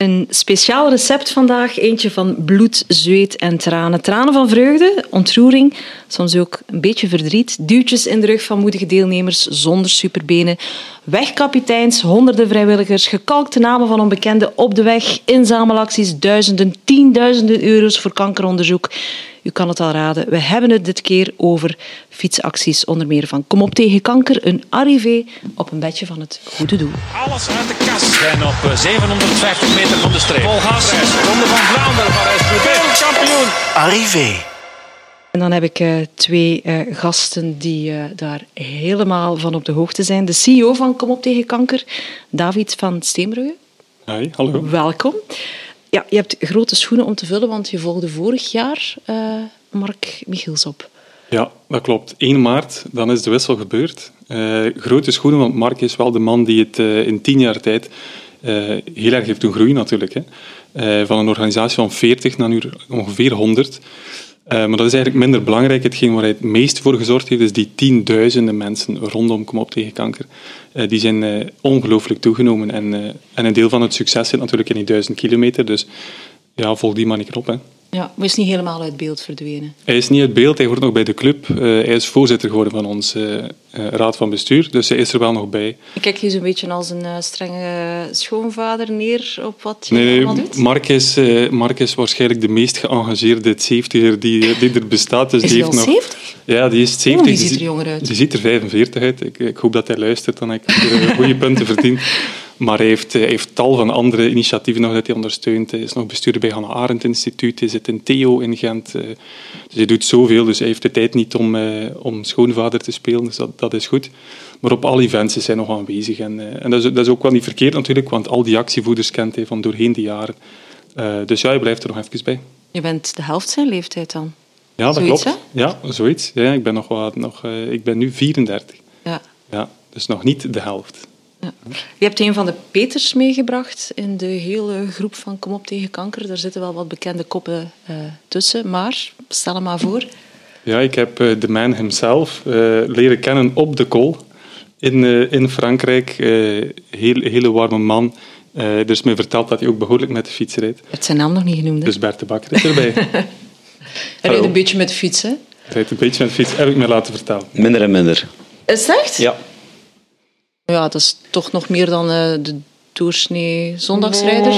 Een speciaal recept vandaag, eentje van bloed, zweet en tranen. Tranen van vreugde, ontroering, soms ook een beetje verdriet. Duwtjes in de rug van moedige deelnemers zonder superbenen. Wegkapiteins, honderden vrijwilligers, gekalkte namen van onbekenden op de weg. Inzamelacties, duizenden, tienduizenden euro's voor kankeronderzoek. U kan het al raden, we hebben het dit keer over fietsacties, onder meer van Kom op tegen kanker, een arrivé op een bedje van het goede doel. Alles uit de kast. We zijn op 750 meter van de streep. Volgasreis, Ronde van Vlaanderen, Parijs-Roubaix, kampioen. Arrivé. En dan heb ik twee gasten die daar helemaal van op de hoogte zijn. De CEO van Kom op tegen kanker, David van Steenbrugge. Hi, hallo. Welkom. Ja, je hebt grote schoenen om te vullen, want je volgde vorig jaar Mark Michiels op. Ja, dat klopt. 1 maart, dan is de wissel gebeurd. Grote schoenen, want Mark is wel de man die het in 10 jaar tijd heel erg heeft doen groeien natuurlijk. Hè. Van een organisatie van 40 naar nu ongeveer 100. Maar dat is eigenlijk minder belangrijk. Hetgeen waar hij het meest voor gezorgd heeft, is die tienduizenden mensen rondom Kom op tegen kanker. Die zijn ongelooflijk toegenomen. En een deel van het succes zit natuurlijk in die 1000 kilometer. Dus ja, volg die manier op. Hè. Ja, maar hij is niet helemaal uit beeld verdwenen. Hij is niet uit beeld, hij hoort nog bij de club. Hij is voorzitter geworden van onze raad van bestuur, dus hij is er wel nog bij. Ik kijk hier zo'n beetje als een strenge schoonvader neer op wat je Nee, allemaal doet. Mark is waarschijnlijk de meest geëngageerde 70er die er bestaat. Dus Is die hij al heeft nog... 70? Ja, die is 70. Die ziet er jonger uit. Die ziet er 45 uit. Ik hoop dat hij luistert, dan heb ik goede punten verdiend. Maar hij heeft tal van andere initiatieven nog dat hij ondersteunt. Hij is nog bestuurder bij Hannah Arendt Instituut. Hij zit in Theo in Gent. Dus hij doet zoveel. Dus hij heeft de tijd niet om schoonvader te spelen. Dus dat is goed. Maar op alle events is hij nog aanwezig. En dat is ook wel niet verkeerd natuurlijk, want al die actievoerders kent hij van doorheen de jaren. Dus ja, hij blijft er nog even bij. Je bent de helft zijn leeftijd dan? Ja, dat Zoiets, klopt. Ja, zoiets. Ja, ik ben ik ben nu 34. Ja. Dus nog niet de helft. Ja. Je hebt een van de Peters meegebracht in de hele groep van Kom op tegen kanker. Daar zitten wel wat bekende koppen tussen, maar stel hem maar voor. Ja, ik heb de man himself leren kennen op de Col in Frankrijk. Hele warme man. Er is mij verteld dat hij ook behoorlijk met de fiets rijdt. Je hebt zijn naam nog niet genoemd, hè? Dus Bert de Bakker is erbij. Hij rijdt een beetje met de fiets, hè? Hij rijdt een beetje met de fiets, heb ik me laten vertellen. Minder en minder. Is het echt? Ja. Ja, dat is toch nog meer dan de doorsnee zondagsrijder.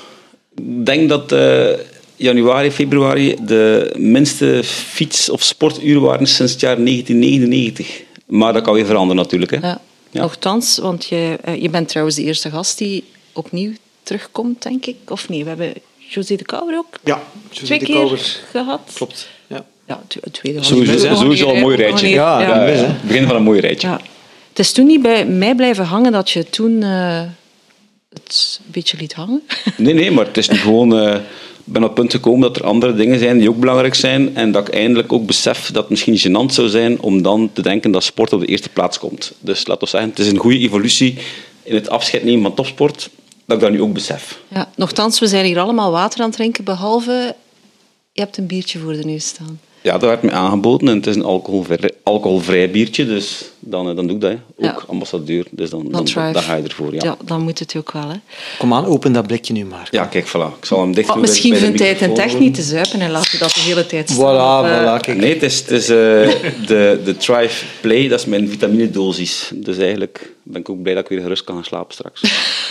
Ik denk dat januari, februari de minste fiets- of sporturen waren sinds het jaar 1999. Maar dat kan weer veranderen natuurlijk. Hè. Ja. Ja. Nochtans, want je bent trouwens de eerste gast die opnieuw terugkomt, denk ik. Of nee, we hebben José de Kouwer ook Ja, 2 keer gehad. Klopt. Ja. Ja, het tweede Sowieso al een mooi rijtje. Ja. Het begin van een mooi rijtje. Ja. Het is toen niet bij mij blijven hangen dat je toen het een beetje liet hangen. Nee, maar het is nu gewoon... Ik ben op het punt gekomen dat er andere dingen zijn die ook belangrijk zijn en dat ik eindelijk ook besef dat het misschien gênant zou zijn om dan te denken dat sport op de eerste plaats komt. Dus laten we zeggen, het is een goede evolutie in het afscheid nemen van topsport, dat ik dat nu ook besef. Ja, nochtans, we zijn hier allemaal water aan het drinken, behalve je hebt een biertje voor de neus staan. Ja, dat werd mij aangeboden en het is een alcoholvrij biertje, dus dan doe ik dat. Hè. Ook Ja. ambassadeur, dus dan Thrive. ga je ervoor. Ja. Ja, dan moet het ook wel. Hè. Kom aan, open dat blikje nu maar. Ja, kijk, voilà. Ik zal hem dicht doen. Misschien bij de vindt hij het een microfoon. tech niet te zuipen en laat je dat de hele tijd staan. Voilà, kijk. Nee, het is de Thrive Play, dat is mijn vitaminedosis. Dus eigenlijk ben ik ook blij dat ik weer gerust kan gaan slapen straks.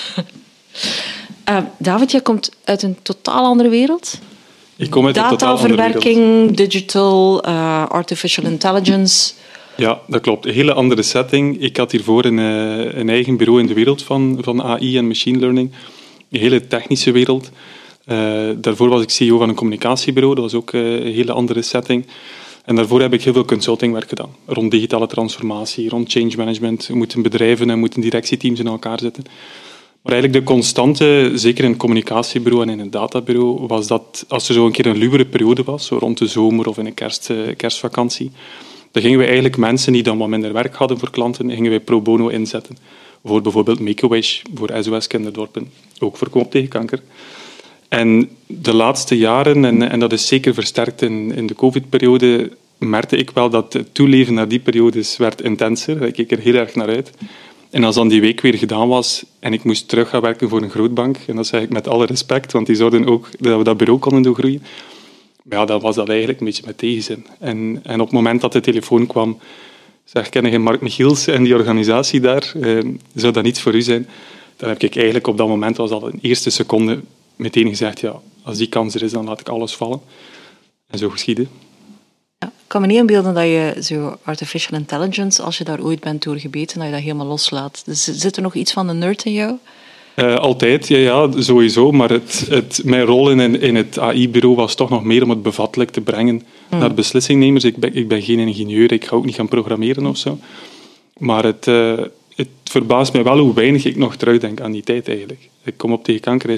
David, jij komt uit een totaal andere wereld. Ik kom uit een totaal andere wereld. Dataverwerking, digital, artificial intelligence. Ja, dat klopt. Een hele andere setting. Ik had hiervoor een eigen bureau in de wereld van AI en machine learning. Een hele technische wereld. Daarvoor was ik CEO van een communicatiebureau. Dat was ook een hele andere setting. En daarvoor heb ik heel veel consultingwerk gedaan. Rond digitale transformatie, rond change management. We moeten bedrijven en moeten directieteams in elkaar zetten. Maar eigenlijk de constante, zeker in het communicatiebureau en in het databureau, was dat als er zo een keer een luwere periode was, zo rond de zomer of in een kerstvakantie, dan gingen we eigenlijk mensen die dan wat minder werk hadden voor klanten, gingen wij pro bono inzetten. Voor bijvoorbeeld Make-A-Wish, voor SOS Kinderdorpen, ook voor Kom op tegen kanker. En de laatste jaren, en dat is zeker versterkt in de COVID-periode, merkte ik wel dat het toeleven naar die periodes werd intenser. Daar kijk ik er heel erg naar uit. En als dan die week weer gedaan was en ik moest terug gaan werken voor een grootbank, en dat zeg ik met alle respect, want die zorgden ook dat we dat bureau konden doorgroeien, maar ja, dan was dat eigenlijk een beetje met tegenzin. En op het moment dat de telefoon kwam, zeg, ken je Mark Michiels en die organisatie daar, zou dat niets voor u zijn? Dan heb ik eigenlijk op dat moment, was al in eerste seconde, meteen gezegd, ja, als die kans er is, dan laat ik alles vallen. En zo geschieden. Ja, ik kan me niet inbeelden dat je zo artificial intelligence, als je daar ooit bent doorgebeten, dat je dat helemaal loslaat. Dus zit er nog iets van de nerd in jou? Altijd, ja, sowieso. Maar mijn rol in het AI-bureau was toch nog meer om het bevattelijk te brengen naar beslissingnemers. Ik ben geen ingenieur, ik ga ook niet gaan programmeren of zo. Maar het verbaast mij wel hoe weinig ik nog terugdenk aan die tijd eigenlijk. Ik kom op tegen kanker,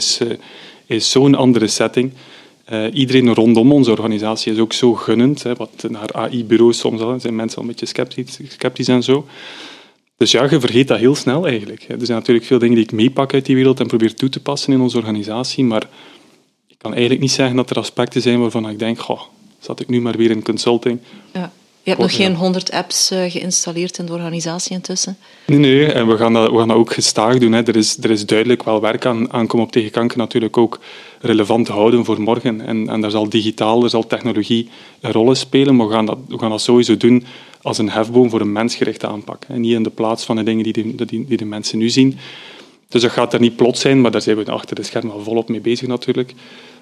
is zo'n andere setting. Iedereen rondom onze organisatie is ook zo gunnend. Hè, wat naar AI-bureaus soms al zijn mensen al een beetje sceptisch en zo. Dus ja, je vergeet dat heel snel eigenlijk. Er zijn natuurlijk veel dingen die ik meepak uit die wereld en probeer toe te passen in onze organisatie, maar ik kan eigenlijk niet zeggen dat er aspecten zijn waarvan ik denk, goh, zat ik nu maar weer in consulting. Ja. Je hebt nog geen 100 apps geïnstalleerd in de organisatie intussen? Nee, en we gaan dat ook gestaag doen. Hè. Er is duidelijk wel werk aan Kom op tegen kanker natuurlijk ook relevant houden voor morgen. En daar zal digitaal, daar zal technologie een rol in spelen, maar we gaan dat sowieso doen als een hefboom voor een mensgerichte aanpak. En niet in de plaats van de dingen die de mensen nu zien. Dus dat gaat er niet plots zijn, maar daar zijn we achter de schermen al volop mee bezig natuurlijk.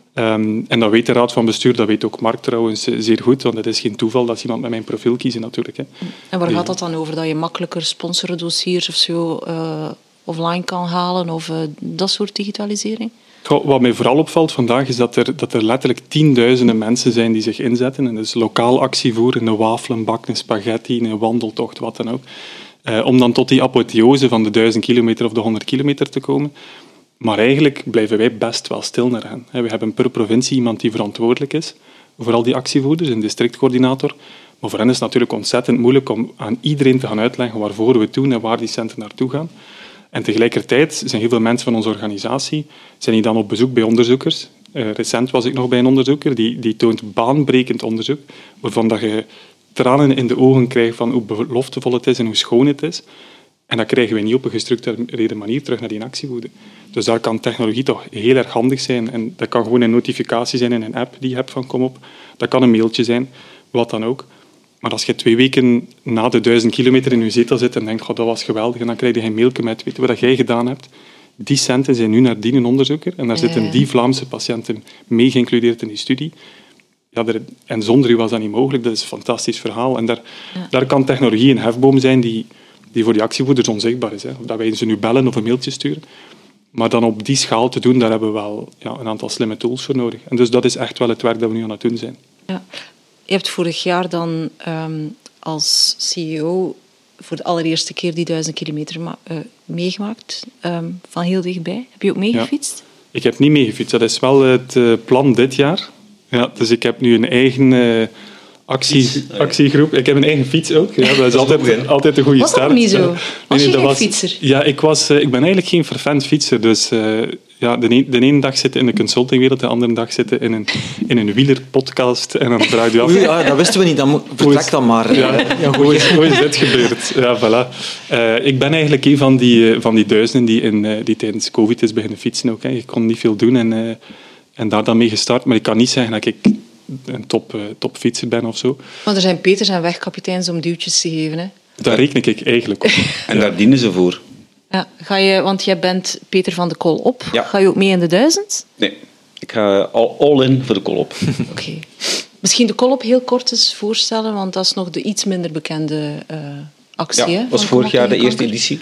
En dat weet de raad van bestuur, dat weet ook Mark trouwens zeer goed, want het is geen toeval dat ze iemand met mijn profiel kiezen natuurlijk. Hè. En waar gaat dat dan over? Dat je makkelijker sponsordossiers of zo offline kan halen of dat soort digitalisering? Wat mij vooral opvalt vandaag is dat er letterlijk tienduizenden mensen zijn die zich inzetten. En dus lokaal actie voeren, een wafelbak, een spaghetti, een wandeltocht, wat dan ook. Om dan tot die apotheose van de 1000 kilometer of de 100 kilometer te komen. Maar eigenlijk blijven wij best wel stil naar hen. We hebben per provincie iemand die verantwoordelijk is voor al die actievoerders, een districtcoördinator. Maar voor hen is het natuurlijk ontzettend moeilijk om aan iedereen te gaan uitleggen waarvoor we het doen en waar die centen naartoe gaan. En tegelijkertijd zijn heel veel mensen van onze organisatie zijn die dan op bezoek bij onderzoekers. Recent was ik nog bij een onderzoeker die toont baanbrekend onderzoek, waarvan dat je tranen in de ogen krijgt van hoe beloftevol het is en hoe schoon het is. En dat krijgen we niet op een gestructureerde manier terug naar die actievoerder. Dus daar kan technologie toch heel erg handig zijn. En dat kan gewoon een notificatie zijn in een app die je hebt van Kom op. Dat kan een mailtje zijn, wat dan ook. Maar als je 2 weken na de 1000 kilometer in je zetel zit en denkt, dat was geweldig, en dan krijg je een mailje met, weet je wat jij gedaan hebt? Die centen zijn nu naar die onderzoeker en daar zitten die Vlaamse patiënten mee geïncludeerd in die studie. Ja, en zonder u was dat niet mogelijk. Dat is een fantastisch verhaal. En daar kan technologie een hefboom zijn die voor die actievoerders onzichtbaar is. Hè. Of dat wij ze nu bellen of een mailtje sturen. Maar dan op die schaal te doen, daar hebben we wel een aantal slimme tools voor nodig. En dus dat is echt wel het werk dat we nu aan het doen zijn. Ja. Je hebt vorig jaar dan als CEO voor de allereerste keer die 1000 kilometer meegemaakt. Van heel dichtbij. Heb je ook meegefietst? Ja. Ik heb niet meegefietst. Dat is wel het plan dit jaar. Ja, dus ik heb nu een eigen actiegroep. Ik heb een eigen fiets ook. Ja, dat is altijd een goede start. Was dat niet zo? Was je geen fietser? Ja, ik ben eigenlijk geen fervent fietser. Dus de ene dag zitten in de consultingwereld, de andere dag zitten in een wielerpodcast en dan draai je af. Oei, dat wisten we niet. Dan vertrek dan maar. Hoe is dit gebeurd? Ja, voilà. Ik ben eigenlijk een van die duizenden die tijdens COVID is beginnen fietsen ook. Hè. Ik kon niet veel doen en daar dan mee gestart. Maar ik kan niet zeggen dat ik een topfietser ben of zo. Maar er zijn peters en wegkapiteins om duwtjes te geven. Hè? Daar reken ik eigenlijk op. En daar dienen ze voor. Ja, want jij bent Peter van de Kolop. Ja. Ga je ook mee in de 1000? Nee, ik ga all in voor de Kolop. Oké. Misschien de Kolop heel kort eens voorstellen, want dat is nog de iets minder bekende actie. Ja, dat was vorig jaar de eerste editie.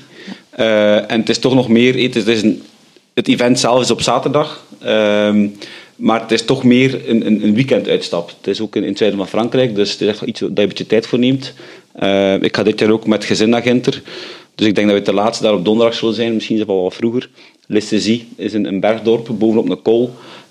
En het is toch nog meer... Het event zelf is op zaterdag. Maar het is toch meer een weekenduitstap. Het is ook in het zuiden van Frankrijk, dus het is echt iets dat je een beetje tijd voor neemt. Ik ga dit jaar ook met gezin naar Ginter. Dus ik denk dat we de laatste daar op donderdag zullen zijn, misschien wel wat vroeger. Listesy is een bergdorp bovenop een kool.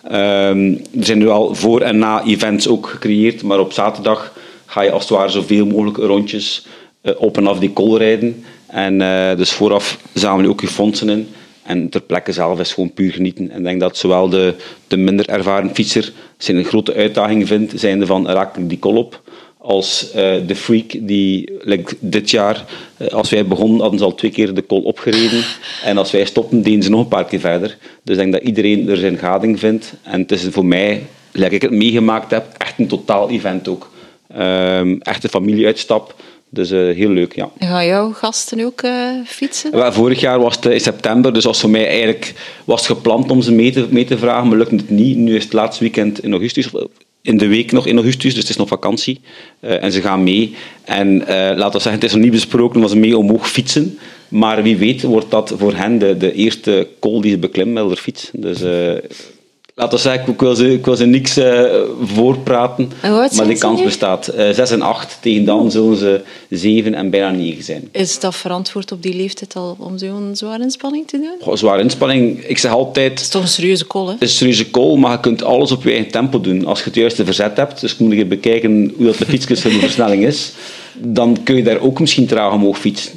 Er zijn nu al voor- en na-events ook gecreëerd, maar op zaterdag ga je als het ware zoveel mogelijk rondjes op en af die kool rijden. En dus vooraf zamelen we ook je fondsen in. En ter plekke zelf is gewoon puur genieten. En ik denk dat zowel de minder ervaren fietser zijn een grote uitdaging vindt, zijnde van raak ik die kol op, als de freak die dit jaar, als wij begonnen, hadden ze al 2 keer de col opgereden. En als wij stopten, deden ze nog een paar keer verder. Dus ik denk dat iedereen er zijn gading vindt. En het is voor mij, like ik het meegemaakt heb, echt een totaal event ook. Echt een familieuitstap. Dus heel leuk, ja. En gaan jouw gasten ook fietsen? Wel, vorig jaar was het in september, dus was voor mij eigenlijk was gepland om ze mee te vragen, maar lukte het niet. Nu is het laatste weekend in augustus, in de week nog in augustus, dus het is nog vakantie. En ze gaan mee. En laten we zeggen, het is nog niet besproken of ze mee omhoog fietsen. Maar wie weet wordt dat voor hen de eerste col die ze beklimmen met haar fiets. Dus laten we zeggen, ik wil ze niks voorpraten, maar de kans bestaat. 6 en 8, tegen dan zullen ze 7 en bijna 9 zijn. Is dat verantwoord op die leeftijd al om zo'n zware inspanning te doen? Goh, zware inspanning, ik zeg altijd... Het is toch een serieuze call, hè? Het is een serieuze call, maar je kunt alles op je eigen tempo doen. Als je het juiste verzet hebt, dus moet je bekijken hoe dat de fietsjes de versnelling is, dan kun je daar ook misschien traag omhoog fietsen.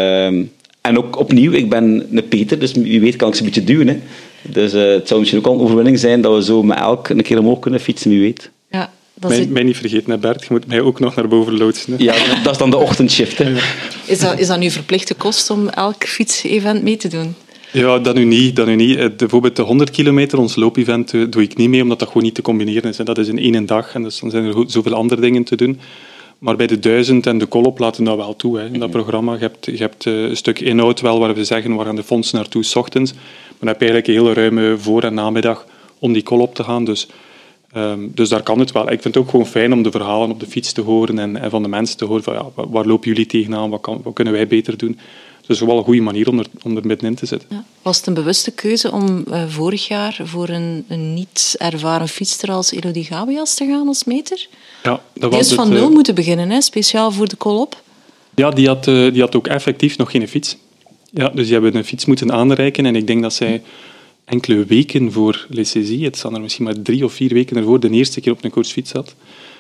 En ook opnieuw, ik ben een Peter, dus wie weet kan ik ze een beetje duwen. Hè. Dus het zou misschien ook al een overwinning zijn dat we zo met elk een keer omhoog kunnen fietsen, wie weet. Ja, mij niet vergeten, hè, Bert. Je moet mij ook nog naar boven loodsen. Hè. Ja, dat is dan de ochtendshift. Hè. Is dat nu verplichte kost om elk fietsevent mee te doen? Ja, dat nu niet. Bijvoorbeeld de 100 kilometer, ons loopevent, doe ik niet mee, omdat dat gewoon niet te combineren is. Hè. Dat is in 1 dag en dus dan zijn er zoveel andere dingen te doen. Maar bij de 1000 en de Collop laten dat wel toe, hè, in dat programma. Je hebt een stuk inhoud wel, waar we zeggen waar gaan de fondsen naartoe 's ochtends. Maar dan heb je eigenlijk een hele ruime voor- en namiddag om die Collop te gaan. Dus daar kan het wel. Ik vind het ook gewoon fijn om de verhalen op de fiets te horen en van de mensen te horen van ja, waar lopen jullie tegenaan, wat kunnen wij beter doen. Dus wel een goede manier om er middenin te zitten. Ja. Was het een bewuste keuze om vorig jaar voor een niet ervaren fietster als Elodie Gabias te gaan als meter? Ja, dat Die is van nul moeten beginnen, hè? Speciaal voor de Collop. Ja, die had ook effectief nog geen fiets. Ja, dus die hebben een fiets moeten aanreiken en ik denk dat zij enkele weken voor Les Saisies, het staan er misschien maar 3 of 4 weken ervoor, de eerste keer op een koersfiets zat.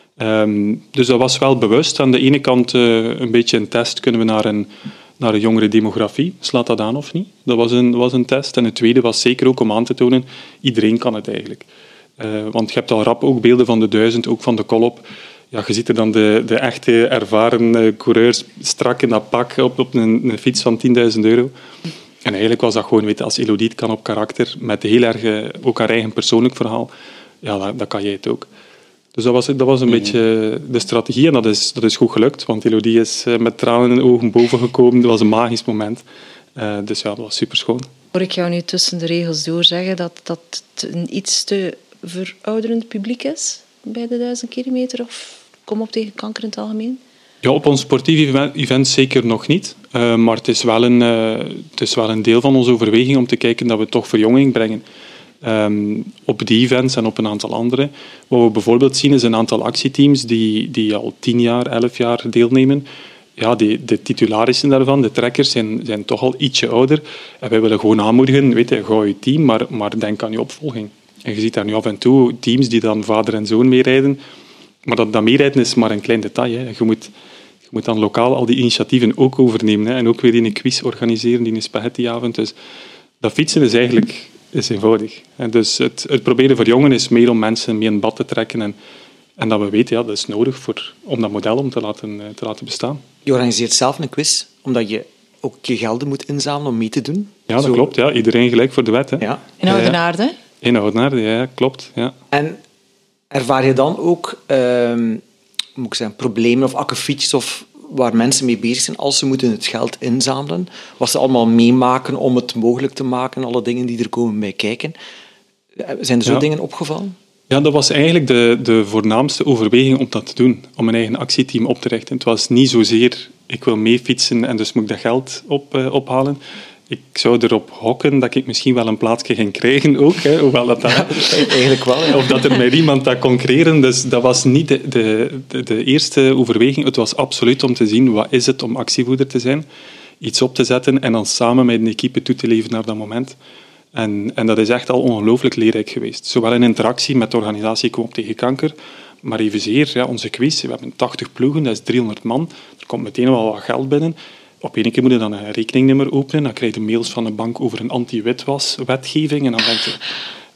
Dus dat was wel bewust. Aan de ene kant een beetje een test, kunnen we naar een jongere demografie, slaat dat aan of niet? Dat was een test. En het tweede was zeker ook om aan te tonen, iedereen kan het eigenlijk. Want je hebt al rap ook beelden van de 1000, ook van de Collop. Ja, je ziet er dan de echte ervaren coureurs strak in dat pak op een fiets van €10.000. En eigenlijk was dat gewoon, weet je, als Elodie het kan op karakter, met heel erg ook haar eigen persoonlijk verhaal, ja, dan kan jij het ook. Dus dat was een beetje de strategie en dat is goed gelukt, want Elodie is met tranen in de ogen boven gekomen. Dat was een magisch moment. Dus ja, dat was superschoon. Hoor ik jou nu tussen de regels door zeggen dat het een iets te verouderend publiek is bij de 1000 kilometer of kom op tegen kanker in het algemeen? Ja, op ons sportief event zeker nog niet. Maar het is wel een deel van onze overweging om te kijken dat we toch verjonging brengen. Op die events en op een aantal andere. Wat we bijvoorbeeld zien is een aantal actieteams die al 10 jaar, 11 jaar deelnemen. Ja, de titularissen daarvan, de trekkers, zijn toch al ietsje ouder. En wij willen gewoon aanmoedigen, weet je, ga je team, maar denk aan je opvolging. En je ziet daar nu af en toe teams die dan vader en zoon meerijden. Maar dat meerijden is maar een klein detail. Hè. Je moet dan lokaal al die initiatieven ook overnemen. Hè. En ook weer een quiz organiseren, die een spaghettiavond. Dus dat fietsen is eigenlijk eenvoudig. En dus het proberen voor jongen is meer om mensen mee in bad te trekken. En dat we weten, ja, dat is nodig om dat model om te laten bestaan. Je organiseert zelf een quiz, omdat je ook je gelden moet inzamelen om mee te doen. Ja, dat klopt. Ja. Iedereen gelijk voor de wet. Hè. Ja. In Oudenaarde, hè? In Oudenaarde, ja, klopt. Ja. En ervaar je dan ook moet ik zeggen, problemen of akkefietjes of waar mensen mee bezig zijn als ze moeten het geld inzamelen? Wat ze allemaal meemaken om het mogelijk te maken, alle dingen die er komen bij kijken. Zijn er zo dingen opgevallen? Ja, dat was eigenlijk de voornaamste overweging om dat te doen, om een eigen actieteam op te richten. Het was niet zozeer, ik wil mee fietsen en dus moet ik dat geld ophalen. Ik zou erop hokken dat ik misschien wel een plaatsje ging krijgen ook, hè, hoewel dat eigenlijk wel. Ja. Of dat er met iemand dat kon creëren. Dus dat was niet de eerste overweging. Het was absoluut om te zien, wat is het om actievoerder te zijn, iets op te zetten en dan samen met een equipe toe te leven naar dat moment. En dat is echt al ongelooflijk leerrijk geweest. Zowel in interactie met de organisatie Kom op tegen kanker, maar evenzeer, ja, onze quiz. We hebben 80 ploegen, dat is 300 man. Er komt meteen wel wat geld binnen. Op één keer moet je dan een rekeningnummer openen. Dan krijg je mails van de bank over een anti-witwaswetgeving. En dan denk je,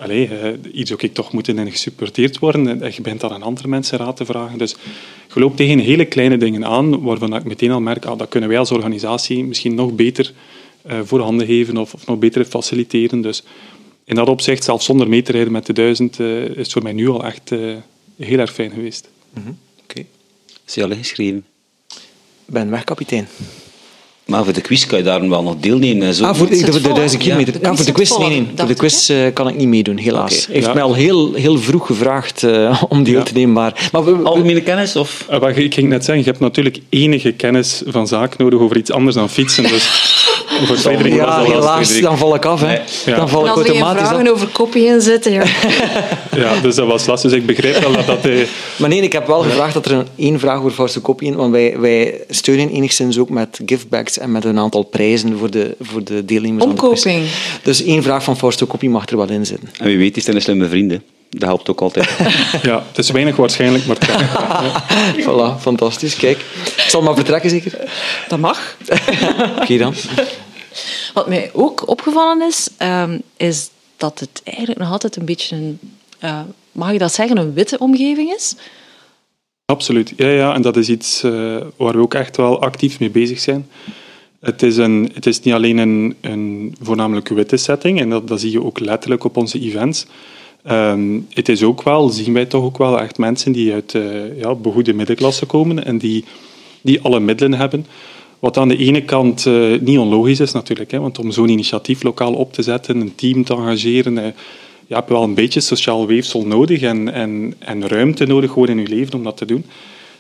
hier zou ik toch moeten in gesupporteerd worden. En je bent dan aan andere mensen raad te vragen. Dus je loopt tegen hele kleine dingen aan, waarvan ik meteen al merk, dat kunnen wij als organisatie misschien nog beter voorhanden geven of nog beter faciliteren. Dus in dat opzicht, zelfs zonder mee te rijden met de 1000, is het voor mij nu al echt heel erg fijn geweest. Oké. Is je al ingeschreven? Ik ben weg, kapitein. Maar voor de quiz kan je daar wel nog deelnemen. En zo. Voor de het vol? 1000 kilometer. Ja, Voor de quiz, nee. Voor dacht de ik, quiz kan ik niet meedoen, helaas. Oké. Hij heeft Ja. mij al heel vroeg gevraagd om deel te nemen. Maar Algemene kennis? Of? Ik ging net zeggen, je hebt natuurlijk enige kennis van zaken nodig over iets anders dan fietsen. Dus voor Frederik was ja, dat lastig, helaas, Frederik. dan val ik af. Hè. Nee. Ja. Dan val En ik als er geen automatisch af. vragen over koppie in zitten, ja. Ja, dus dat was lastig. Dus ik begrijp wel dat... Maar nee, ik heb wel gevraagd dat er één vraag over Force Copy in, want wij steunen enigszins ook met giftbacks en met een aantal prijzen voor de deelnemers aan de quiz. Omkoping. Dus één vraag van Force Copy mag er wel in zitten. En wie weet is het een slimme vrienden. Dat helpt ook altijd. Ja, het is weinig waarschijnlijk, maar het kan. Voilà, fantastisch. Kijk, ik zal maar vertrekken zeker. Dat mag. Oké dan. Wat mij ook opgevallen is dat het eigenlijk nog altijd een beetje een... mag je dat zeggen, een witte omgeving is? Absoluut. Ja, en dat is iets waar we ook echt wel actief mee bezig zijn. Het is niet alleen een voornamelijk witte setting, en dat zie je ook letterlijk op onze events. Het is ook wel, zien wij toch ook wel echt mensen die uit begoede middenklasse komen en die alle middelen hebben. Wat aan de ene kant niet onlogisch is natuurlijk, hè, want om zo'n initiatief lokaal op te zetten, een team te engageren, je hebt wel een beetje sociaal weefsel nodig en ruimte nodig gewoon in je leven om dat te doen.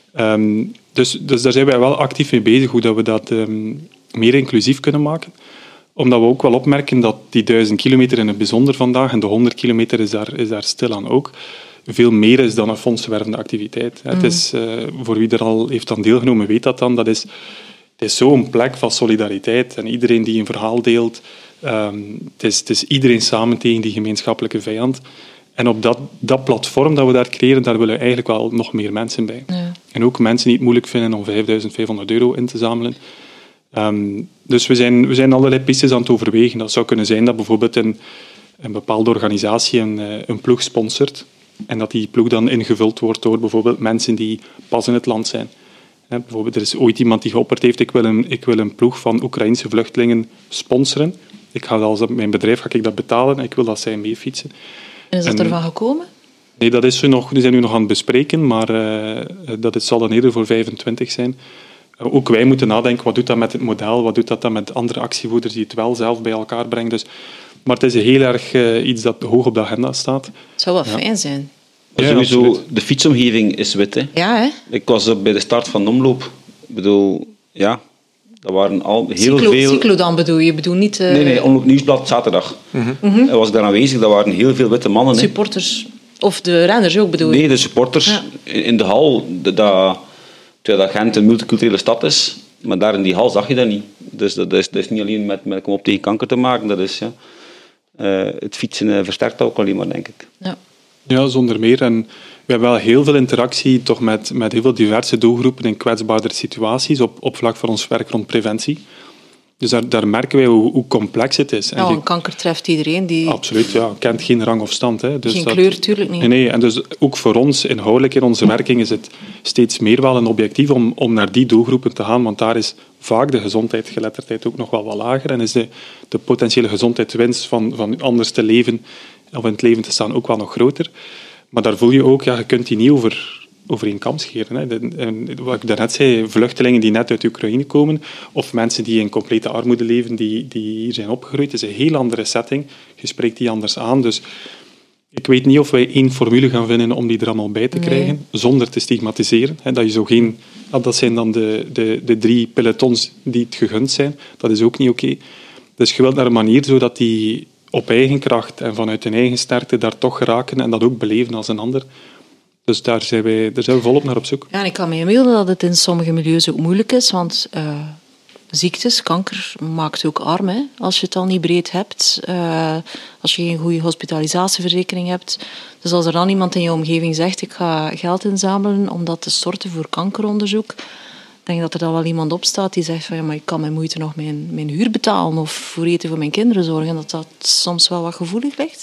Dus daar zijn wij wel actief mee bezig, hoe dat we dat meer inclusief kunnen maken. Omdat we ook wel opmerken dat die 1000 kilometer in het bijzonder vandaag, en de 100 kilometer is daar stilaan ook, veel meer is dan een fondsenwervende activiteit. Het is, voor wie er al heeft aan deelgenomen, weet dat dan. Het is zo'n plek van solidariteit. En iedereen die een verhaal deelt, het is iedereen samen tegen die gemeenschappelijke vijand. En op dat platform dat we daar creëren, daar willen we eigenlijk wel nog meer mensen bij. Ja. En ook mensen die het moeilijk vinden om €5.500 in te zamelen. Dus we zijn allerlei pistes aan het overwegen. Dat zou kunnen zijn dat bijvoorbeeld een bepaalde organisatie een ploeg sponsort en dat die ploeg dan ingevuld wordt door bijvoorbeeld mensen die pas in het land zijn. Bijvoorbeeld, er is ooit iemand die geopperd heeft, ik wil een ploeg van Oekraïnse vluchtelingen sponsoren. Mijn bedrijf ga ik dat betalen en ik wil dat zij mee fietsen. En is dat ervan gekomen? Nee, dat is die zijn nu nog aan het bespreken, maar dat zal dan eerder voor 25 zijn. Ook wij moeten nadenken, wat doet dat met het model, wat doet dat dan met andere actievoerders die het wel zelf bij elkaar brengen. Dus, maar het is heel erg iets dat hoog op de agenda staat. Het zou wel fijn zijn. Ja, sowieso, absoluut. de fietsomgeving is wit. Hè. Ja, hè? Ik was bij de start van de omloop. Ik bedoel, ja, dat waren al heel veel... Cyclo dan bedoel je? Je bedoelt niet... Nee, Omloop Nieuwsblad, zaterdag. Was ik daar aanwezig, dat waren heel veel witte mannen. Hè. supporters. Of de renners ook, bedoel je? Nee, de supporters Ja. in de hal. Terwijl dat Gent een multiculturele stad is, maar daar in die hal zag je dat niet. Dus dat is niet alleen met kom op tegen kanker te maken, dat is... Ja, het fietsen versterkt dat ook alleen maar, denk ik. Ja. Ja, zonder meer. En we hebben wel heel veel interactie toch met heel veel diverse doelgroepen in kwetsbaardere situaties op vlak van ons werk rond preventie. Dus daar merken wij hoe complex het is. Ja, want kanker treft iedereen. Die... Absoluut, ja. Kent geen rang of stand. Hè. Dus Geen kleur, tuurlijk niet. Nee, en dus ook voor ons, inhoudelijk in onze werking, is het steeds meer wel een objectief om naar die doelgroepen te gaan, want daar is vaak de gezondheidsgeletterdheid ook nog wel wat lager en is de potentiële gezondheidswinst van anders te leven of in het leven te staan ook wel nog groter. Maar daar voel je ook, je kunt die niet over één kam scheren. Hè. Wat ik daarnet zei, vluchtelingen die net uit Oekraïne komen, of mensen die in complete armoede leven, die hier zijn opgegroeid, het is een heel andere setting. Je spreekt die anders aan. Dus ik weet niet of wij één formule gaan vinden om die er allemaal bij te krijgen, zonder te stigmatiseren. Hè. Dat zijn dan de 3 pelotons die het gegund zijn. Dat is ook niet oké. Dus je wilt naar een manier zodat die op eigen kracht en vanuit hun eigen sterkte daar toch geraken en dat ook beleven als een ander. Dus daar zijn we volop naar op zoek. Ja, en ik kan me inbeelden dat het in sommige milieus ook moeilijk is, want ziektes, kanker, maakt ook arm. Hè? Als je het al niet breed hebt, als je geen goede hospitalisatieverzekering hebt. Dus als er dan iemand in je omgeving zegt, ik ga geld inzamelen om dat te storten voor kankeronderzoek, ik denk dat er dan wel iemand op staat die zegt van ja, maar ik kan met moeite nog mijn huur betalen of voor eten voor mijn kinderen zorgen, dat soms wel wat gevoelig ligt.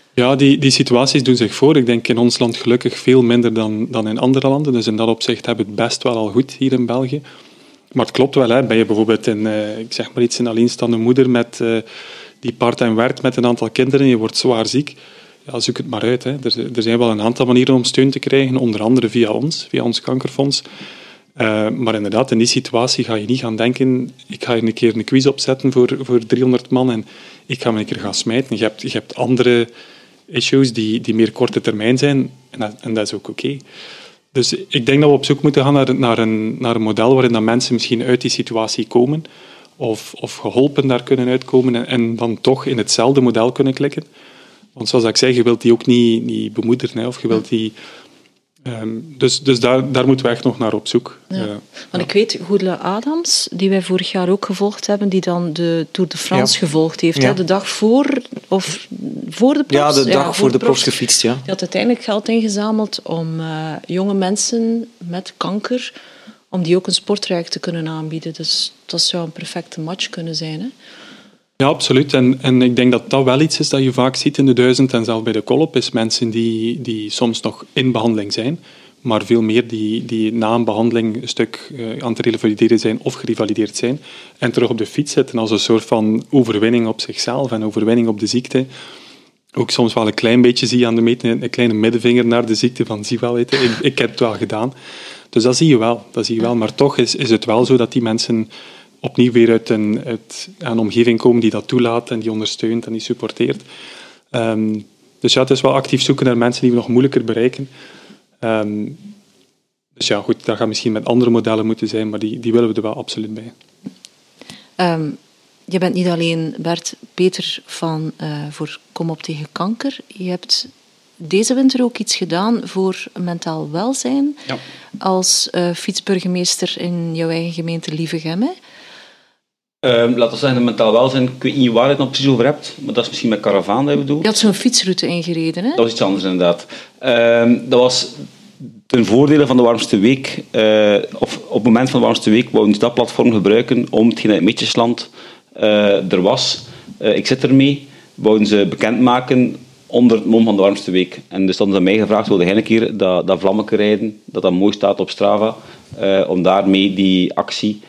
Ja, die situaties doen zich voor. Ik denk in ons land gelukkig veel minder dan in andere landen. Dus in dat opzicht hebben we het best wel al goed hier in België. Maar het klopt wel, hè. Ben je bijvoorbeeld ik zeg maar iets, een alleenstaande moeder die parttime werkt met een aantal kinderen en je wordt zwaar ziek, ja, zoek het maar uit. Hè. Er zijn wel een aantal manieren om steun te krijgen, onder andere via ons kankerfonds. Maar inderdaad, in die situatie ga je niet gaan denken, ik ga hier een keer een quiz opzetten voor 300 man en ik ga me een keer gaan smijten. Je hebt andere issues die meer korte termijn zijn en dat is ook oké. Dus ik denk dat we op zoek moeten gaan naar een model waarin dat mensen misschien uit die situatie komen of geholpen daar kunnen uitkomen en dan toch in hetzelfde model kunnen klikken. Want zoals ik zei, je wilt die ook niet bemoederen, hè, of je wilt die... Dus daar moeten we echt nog naar op zoek. Ja. Want ik weet, Goedele Adams, die wij vorig jaar ook gevolgd hebben, die dan de Tour de France gevolgd heeft. Ja. Hè? De dag voor de profs? Ja, de dag voor de profs gefietst, ja. Die had uiteindelijk geld ingezameld om jonge mensen met kanker, om die ook een sportrijk te kunnen aanbieden. Dus dat zou een perfecte match kunnen zijn, hè? Ja, absoluut. En ik denk dat dat wel iets is dat je vaak ziet in de 1000 en zelfs bij de Collop, is mensen die soms nog in behandeling zijn, maar veel meer die na een behandeling een stuk aan het revalideren zijn of gerevalideerd zijn en terug op de fiets zitten als een soort van overwinning op zichzelf en overwinning op de ziekte. Ook soms wel een klein beetje zie je aan de meet een kleine middenvinger naar de ziekte van zie wel, ik heb het wel gedaan. Dus dat zie je wel. Maar toch is het wel zo dat die mensen opnieuw weer uit een omgeving komen die dat toelaat en die ondersteunt en die supporteert. Dus ja, het is wel actief zoeken naar mensen die we nog moeilijker bereiken. Dus ja, goed, dat gaat misschien met andere modellen moeten zijn, maar die willen we er wel absoluut bij. Je bent niet alleen Bert Peter voor Kom op tegen kanker. Je hebt deze winter ook iets gedaan voor mentaal welzijn. Ja. Als fietsburgemeester in jouw eigen gemeente Lievegem. Laten we zeggen, mentaal welzijn, ik weet niet waar je het nou precies over hebt, maar dat is misschien met karavaan dat we doen. Je had zo'n fietsroute ingereden, hè? Dat was iets anders, inderdaad. Dat was ten voordele van de warmste week, of op het moment van de warmste week, wouden ze dat platform gebruiken om hetgeen uit het Meetjesland er was. Ik zit ermee, wouden ze bekendmaken onder het mom van de warmste week. En dus hadden ze mij gevraagd, wilde jij een keer dat vlammetje rijden, dat mooi staat op Strava, om daarmee die actie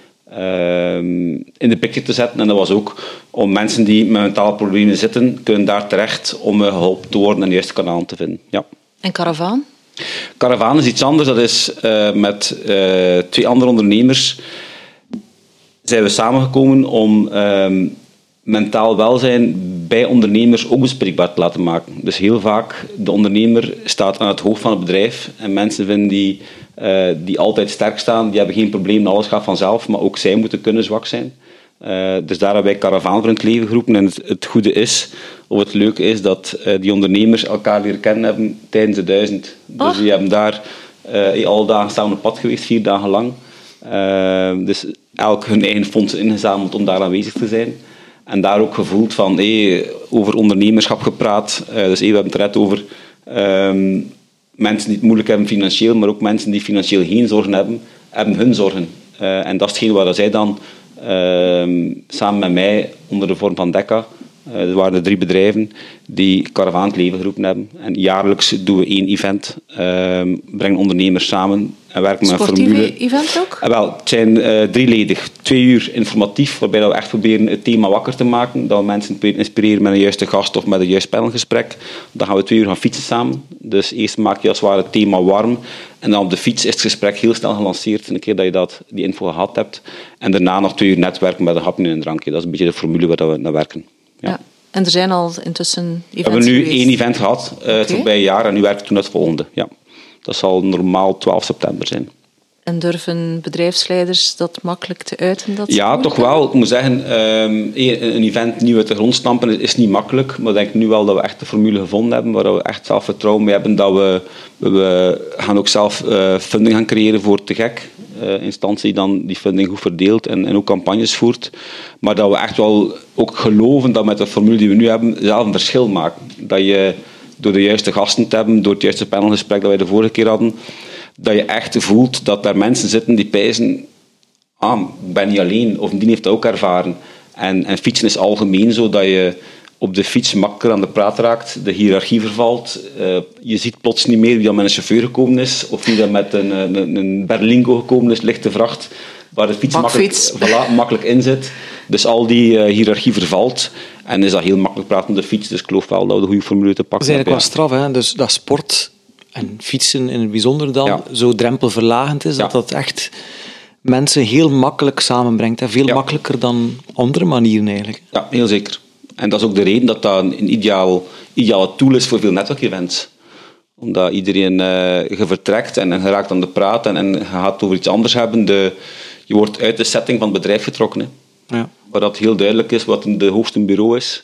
in de picture te zetten. En dat was ook om mensen die met mentale problemen zitten, kunnen daar terecht om geholpen te worden en de juiste kanalen te vinden. Ja. En karavaan? Karavaan is iets anders. Dat is met 2 andere ondernemers zijn we samengekomen om mentaal welzijn bij ondernemers ook bespreekbaar te laten maken. Dus heel vaak, de ondernemer staat aan het hoofd van het bedrijf en mensen vinden die altijd sterk staan, die hebben geen probleem, alles gaat vanzelf, maar ook zij moeten kunnen zwak zijn. Dus daar hebben wij Karavaan voor in het leven geroepen. En het goede is, of het leuke is, dat die ondernemers elkaar leren kennen hebben tijdens de 1000. Dus die hebben daar alle dagen samen op pad geweest, 4 dagen lang. Dus elk hun eigen fondsen ingezameld om daar aanwezig te zijn. En daar ook gevoeld van, over ondernemerschap gepraat. Dus we hebben het net over mensen die het moeilijk hebben financieel, maar ook mensen die financieel geen zorgen hebben hun zorgen. En dat is hetgeen waar zij dan samen met mij onder de vorm van DECA, er waren er 3 bedrijven die Karavaan het leven geroepen hebben. En jaarlijks doen we 1 event, brengen ondernemers samen en werken met een formule. Sportieve event ook? Wel, het zijn 3-ledig. 2 uur informatief, waarbij we echt proberen het thema wakker te maken. Dat we mensen inspireren met een juiste gast of met een juist panelgesprek. Dan gaan we 2 uur gaan fietsen samen. Dus eerst maak je als het ware het thema warm. En dan op de fiets is het gesprek heel snel gelanceerd. Een keer dat je die info gehad hebt. En daarna nog 2 uur netwerken met een hapje en een drankje. Dat is een beetje de formule waar we naar werken. Ja. En er zijn al intussen events we hebben nu geweest. 1 event gehad, het voorbije jaar. En nu werken we toen het volgende. Ja. Dat zal normaal 12 september zijn. En durven bedrijfsleiders dat makkelijk te uiten? Ja, toch wel. Ik moet zeggen, een event nieuw uit de grond stampen is niet makkelijk. Maar ik denk nu wel dat we echt de formule gevonden hebben, waar we echt zelfvertrouwen mee hebben. Dat we gaan ook zelf funding gaan creëren voor Te Gek. Instantie die dan die funding goed verdeelt en ook campagnes voert. Maar dat we echt wel ook geloven dat met de formule die we nu hebben, zelf een verschil maken. Dat je door de juiste gasten te hebben, door het juiste panelgesprek dat wij de vorige keer hadden, dat je echt voelt dat daar mensen zitten die pijzen, ik ben niet alleen, of die heeft dat ook ervaren. En fietsen is algemeen zo, dat je op de fiets makkelijker aan de praat raakt, de hiërarchie vervalt. Je ziet plots niet meer wie dat met een chauffeur gekomen is, of wie dat met een Berlingo gekomen is, lichte vracht, waar de fiets makkelijk in zit. Dus al die hiërarchie vervalt en is dat heel makkelijk praten op de fiets. Dus ik geloof wel dat we de goede formule te pakken hebben. Dat is eigenlijk wel straf, hè? Dus dat sport en fietsen in het bijzonder dan zo drempelverlagend is, dat echt mensen heel makkelijk samenbrengt. Hè? Veel makkelijker dan andere manieren eigenlijk. Ja, heel zeker. En dat is ook de reden dat dat een ideale tool is voor veel netwerkevents. Omdat iedereen je vertrekt en je raakt aan de praat en je gaat over iets anders hebben. Je wordt uit de setting van het bedrijf getrokken. Hè. Ja. Waar dat heel duidelijk is wat de hoogste bureau is.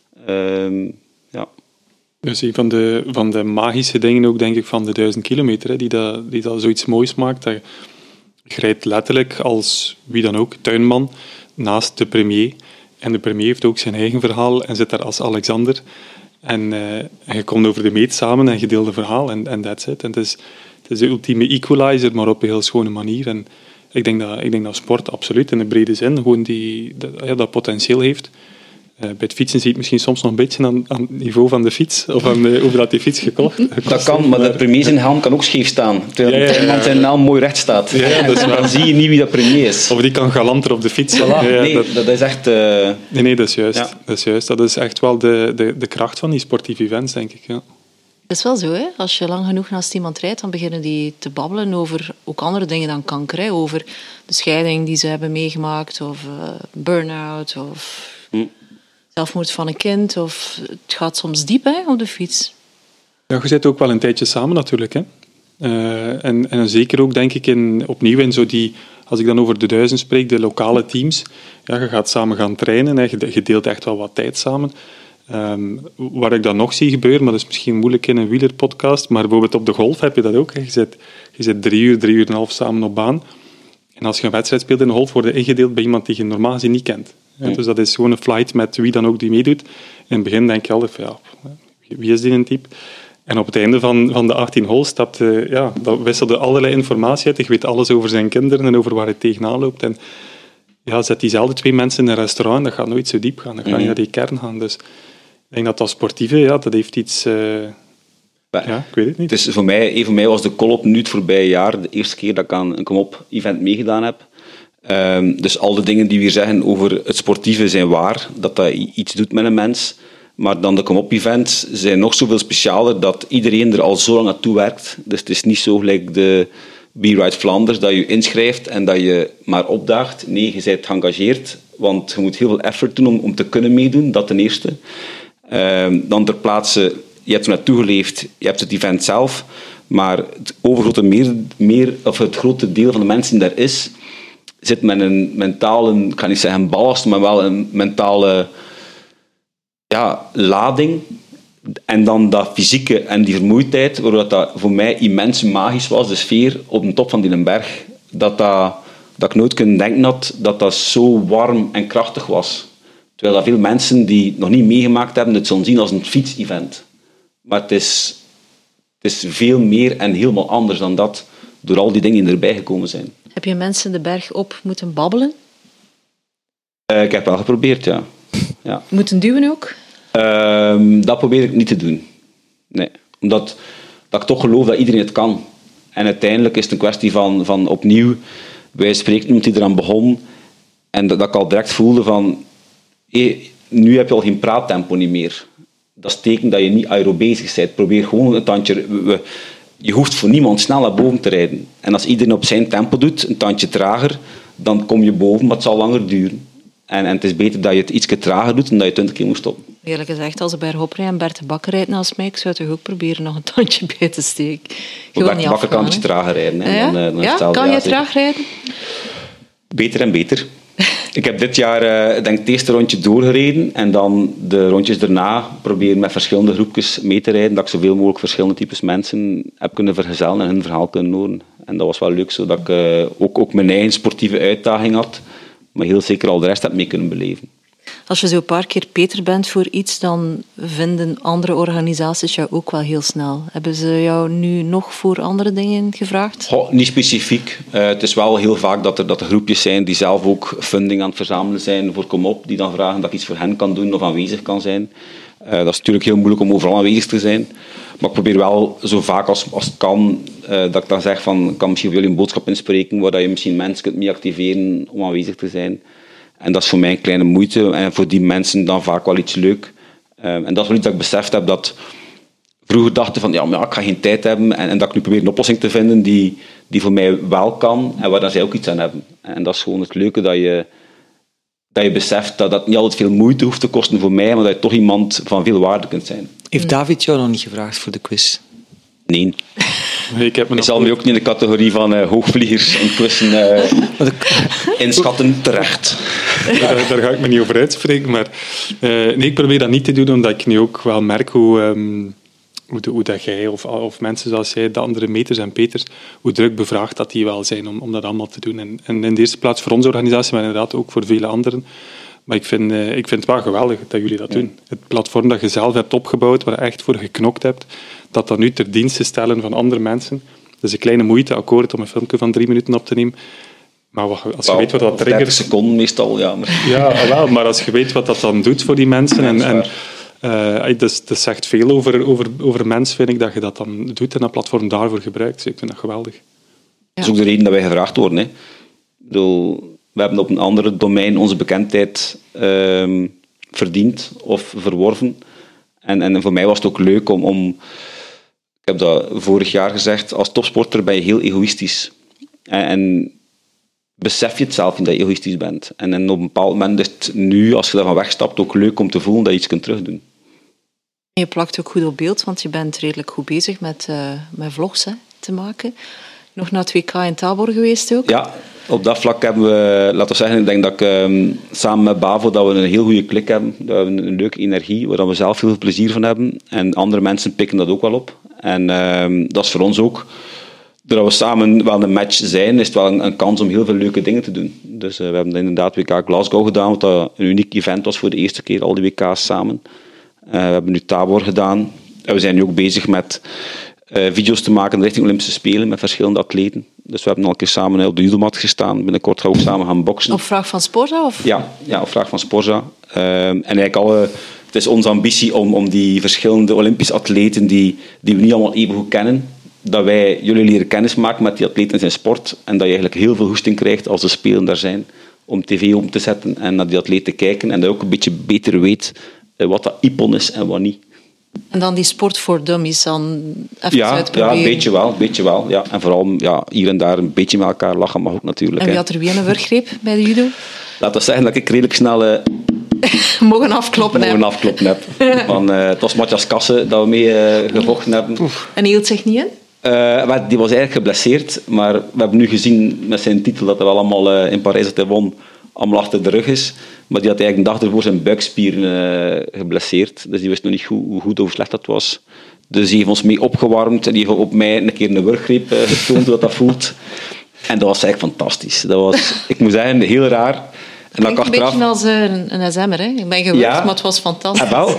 Dus een van de magische dingen ook, denk ik, van de 1000 kilometer, hè, die dat zoiets moois maakt. Dat je rijdt letterlijk als wie dan ook, tuinman, naast de premier. En de premier heeft ook zijn eigen verhaal en zit daar als Alexander. En je komt over de meet samen en je deelt een verhaal en that's it. En het is de ultieme equalizer, maar op een heel schone manier. En ik denk dat sport absoluut in de brede zin gewoon dat potentieel heeft. Bij het fietsen zie je het misschien soms nog een beetje aan het niveau van de fiets, of aan hoe dat die fiets gekocht dat kan, maar de premier zijn helm kan ook scheef staan, terwijl iemand zijn helm mooi recht staat. Ja, dan zie je niet wie dat premier is. Of die kan galanter op de fiets. Voilà. Dat is echt... Nee, dat is juist. Ja. Dat is juist. Dat is echt wel de kracht van die sportieve events, denk ik. Ja. Het is wel zo, hè? Als je lang genoeg naast iemand rijdt, dan beginnen die te babbelen over ook andere dingen dan kanker. Hè? Over de scheiding die ze hebben meegemaakt, of burn-out, of zelfmoord van een kind. Of het gaat soms diep, hè, op de fiets. Ja, je zit ook wel een tijdje samen natuurlijk. Hè? En zeker ook, denk ik, opnieuw in zo die... Als ik dan over de 1000 spreek, de lokale teams. Ja, je gaat samen gaan trainen. Hè? Je deelt echt wel wat tijd samen. Wat ik dan nog zie gebeuren, maar dat is misschien moeilijk in een wielerpodcast, maar bijvoorbeeld op de golf heb je dat ook. Hè. Je zit 3 uur en een half samen op baan. En als je een wedstrijd speelt in de golf, word je ingedeeld bij iemand die je normaal gezien niet kent. Ja. Dus dat is gewoon een flight met wie dan ook die meedoet. In het begin denk je altijd van, wie is die een type? En op het einde van de 18 holes dat wisselde allerlei informatie uit. Je weet alles over zijn kinderen en over waar hij tegenaan loopt. En zet diezelfde 2 mensen in een restaurant, dat gaat nooit zo diep gaan. Dan ga je naar die kern gaan. Dus ik denk dat sportieve, dat heeft iets... ik weet het niet. Het is voor mij was de Collop nu het voorbije jaar de eerste keer dat ik aan een kom-op-event meegedaan heb. Dus al de dingen die we hier zeggen over het sportieve zijn waar, dat iets doet met een mens. Maar dan de kom-op-events zijn nog zoveel specialer dat iedereen er al zo lang naartoe werkt. Dus het is niet zo gelijk de B-Ride Flanders, dat je inschrijft en dat je maar opdaagt. Nee, je bent geëngageerd, want je moet heel veel effort doen om te kunnen meedoen, dat ten eerste. Dan ter plaatse, je hebt er naartoe geleefd, je hebt het event zelf, maar het overgrote het grote deel van de mensen die daar is, zit met een mentale, ik kan niet zeggen ballast, maar wel een mentale lading. En dan dat fysieke en die vermoeidheid, waardoor dat voor mij immens magisch was, de sfeer op de top van die berg, dat ik nooit kunnen denken had dat dat zo warm en krachtig was. Terwijl dat veel mensen die het nog niet meegemaakt hebben, het zullen zien als een fietsevent. Maar het is veel meer en helemaal anders dan dat, door al die dingen die erbij gekomen zijn. Heb je mensen de berg op moeten babbelen? Ik heb wel geprobeerd, ja. Moeten duwen ook? Dat probeer ik niet te doen. Nee. Omdat ik toch geloof dat iedereen het kan. En uiteindelijk is het een kwestie van opnieuw, wij spreken iemand die eraan begon, en dat ik al direct voelde van, nu heb je al geen praattempo niet meer. Dat is teken dat je niet aerobezig bent. Probeer gewoon een tandje... Je hoeft voor niemand snel naar boven te rijden. En als iedereen op zijn tempo doet, een tandje trager, dan kom je boven, maar het zal langer duren. En het is beter dat je het iets trager doet dan dat je 20 keer moet stoppen. Eerlijk gezegd, als ik bij Hop rijd en Bert de Bakker rijdt naast mij, ik zou toch ook proberen nog een tandje bij te steken. Bert de Bakker kan iets trager rijden. Hè, dan kan je traag rijden? Beter en beter. Ik heb dit jaar denk het eerste rondje doorgereden en dan de rondjes daarna proberen met verschillende groepjes mee te rijden, dat ik zoveel mogelijk verschillende types mensen heb kunnen vergezellen en hun verhaal kunnen horen. En dat was wel leuk, zodat ik ook mijn eigen sportieve uitdaging had, maar heel zeker al de rest heb mee kunnen beleven. Als je zo een paar keer Peter bent voor iets, dan vinden andere organisaties jou ook wel heel snel. Hebben ze jou nu nog voor andere dingen gevraagd? Niet specifiek. Het is wel heel vaak dat er groepjes zijn die zelf ook funding aan het verzamelen zijn voor Kom Op, die dan vragen dat ik iets voor hen kan doen of aanwezig kan zijn. Dat is natuurlijk heel moeilijk om overal aanwezig te zijn. Maar ik probeer wel zo vaak als het kan, dat ik dan zeg van, ik kan misschien voor jullie een boodschap inspreken waar je misschien mensen kunt mee activeren om aanwezig te zijn. En dat is voor mij een kleine moeite en voor die mensen dan vaak wel iets leuk. En dat is wel iets dat ik beseft heb, dat vroeger dachten van, ja, maar ik ga geen tijd hebben en dat ik nu probeer een oplossing te vinden die voor mij wel kan en waar dan zij ook iets aan hebben. En dat is gewoon het leuke, dat je beseft dat dat niet altijd veel moeite hoeft te kosten voor mij, maar dat je toch iemand van veel waarde kunt zijn. Heeft David jou nog niet gevraagd voor de quiz? Nee. Ik zal me ook niet in de categorie van hoogvliegers en quizzen inschatten, terecht. Daar ga ik me niet over uitspreken, maar nee, ik probeer dat niet te doen, omdat ik nu ook wel merk hoe dat jij of mensen zoals jij, de andere Meters en Peters, hoe druk bevraagd dat die wel zijn om dat allemaal te doen. En in de eerste plaats voor onze organisatie, maar inderdaad ook voor vele anderen. Maar ik vind het wel geweldig dat jullie dat doen. Het platform dat je zelf hebt opgebouwd, waar je echt voor geknokt hebt, dat nu ter dienste stellen van andere mensen. Dat is een kleine moeite, akkoord, om een filmpje van 3 minuten op te nemen. Maar als je weet wat dat triggert... 30 seconden meestal, ja. Ja, wel, maar als je weet wat dat dan doet voor die mensen... dat zegt veel over mensen, vind ik, dat je dat dan doet en dat platform daarvoor gebruikt. Dus ik vind dat geweldig. Ja. Dat is ook de reden dat wij gevraagd worden. Hè. We hebben op een ander domein onze bekendheid verdiend of verworven. En voor mij was het ook leuk om... Ik heb dat vorig jaar gezegd, als topsporter ben je heel egoïstisch. En besef je het zelf niet dat je egoïstisch bent. En op een bepaald moment is het nu, als je daarvan wegstapt, ook leuk om te voelen dat je iets kunt terugdoen. Je plakt ook goed op beeld, want je bent redelijk goed bezig met vlogs te maken. Nog naar het WK in Tabor geweest ook? Ja, op dat vlak hebben we, laten we zeggen, ik denk dat ik samen met Bavo dat we een heel goede klik hebben. Dat we een leuke energie, waar we zelf heel veel plezier van hebben. En andere mensen pikken dat ook wel op. En dat is voor ons ook, doordat we samen wel een match zijn, is het wel een kans om heel veel leuke dingen te doen. Dus we hebben inderdaad WK Glasgow gedaan, wat een uniek event was voor de eerste keer, al die WK's samen. We hebben nu Tabor gedaan. En we zijn nu ook bezig met video's te maken richting Olympische Spelen met verschillende atleten. Dus we hebben al een keer samen op de judomat gestaan. Binnenkort gaan we ook samen gaan boksen. Op vraag van Sporza? Of? Ja, op vraag van Sporza. En eigenlijk het is onze ambitie om die verschillende Olympische atleten die we niet allemaal even goed kennen, dat wij jullie leren kennismaken met die atleten in zijn sport en dat je eigenlijk heel veel hoesting krijgt als de Spelen daar zijn, om tv om te zetten en naar die atleten te kijken en dat je ook een beetje beter weet wat dat ippon is en wat niet. En dan die sport voor dummies dan even uitproberen? Ja, een beetje wel. Ja. En vooral hier en daar een beetje met elkaar lachen mag ook natuurlijk. En wie had er wie een wurggreep bij de judo? Laten we zeggen dat ik redelijk snel... mogen afkloppen heb. Het was Matthias Kasse dat we mee gevochten hebben. En hield zich niet in? Die was eigenlijk geblesseerd, maar we hebben nu gezien met zijn titel dat hij wel allemaal in Parijs dat hij won, allemaal achter de rug is. Maar die had eigenlijk een dag ervoor zijn buikspier geblesseerd. Dus die wist nog niet hoe goed of slecht dat was. Dus die heeft ons mee opgewarmd en die heeft op mij een keer een wurggreep getoond hoe dat voelt. En dat was eigenlijk fantastisch. Dat was, ik moet zeggen, heel raar. En klinkt een beetje als een SM'er, hè? Ik ben gewurgd, maar het was fantastisch. Wel,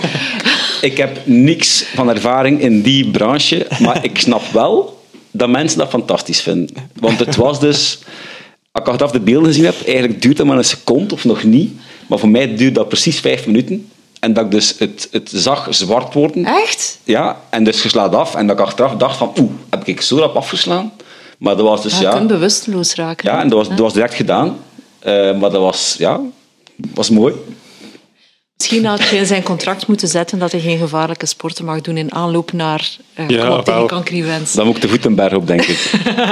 ik heb niks van ervaring in die branche, maar ik snap wel dat mensen dat fantastisch vinden. Want het was dus... Als ik achteraf de beelden gezien heb, eigenlijk duurt dat maar een seconde of nog niet. Maar voor mij duurde dat precies 5 minuten. En dat ik dus het zag zwart worden. Echt? Ja, en dus je slaat af. En dat ik achteraf dacht van, heb ik zo rap afgeslaan? Maar dat was dus, je kunt bewusteloos raken. Ja, en dat was direct gedaan. Maar dat was mooi. Misschien had je in zijn contract moeten zetten dat hij geen gevaarlijke sporten mag doen in aanloop naar tegen kanker-events. Dan moet ik de Voetenberg op, denk ik.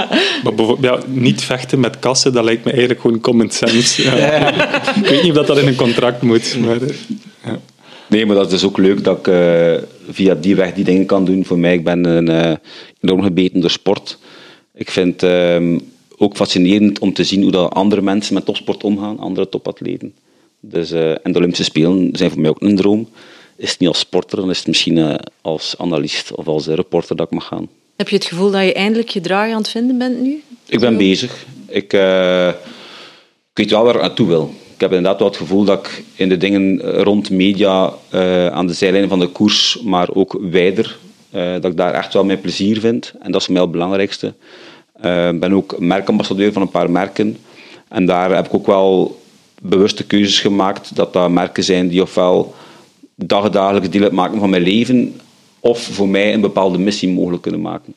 Maar niet vechten met kassen, dat lijkt me eigenlijk gewoon common sense. Ja. Ik weet niet of dat in een contract moet. Maar, ja. Nee, maar dat is dus ook leuk dat ik via die weg die dingen kan doen. Voor mij, ik ben enorm gebeten door sport. Ik vind het ook fascinerend om te zien hoe dat andere mensen met topsport omgaan, andere topatleten. Dus, en de Olympische Spelen zijn voor mij ook een droom. Is het niet als sporter, dan is het misschien als analist of als reporter dat ik mag gaan. Heb je het gevoel dat je eindelijk je draai aan het vinden bent nu? Ik ben bezig. Ik weet wel waar ik naartoe wil. Ik heb inderdaad wel het gevoel dat ik in de dingen rond media aan de zijlijnen van de koers, maar ook wijder, dat ik daar echt wel mijn plezier vind. En dat is voor mij het belangrijkste. Ik ben ook merkambassadeur van een paar merken. En daar heb ik ook wel bewuste keuzes gemaakt dat merken zijn die ofwel dagdagelijks deel uitmaken van mijn leven, of voor mij een bepaalde missie mogelijk kunnen maken.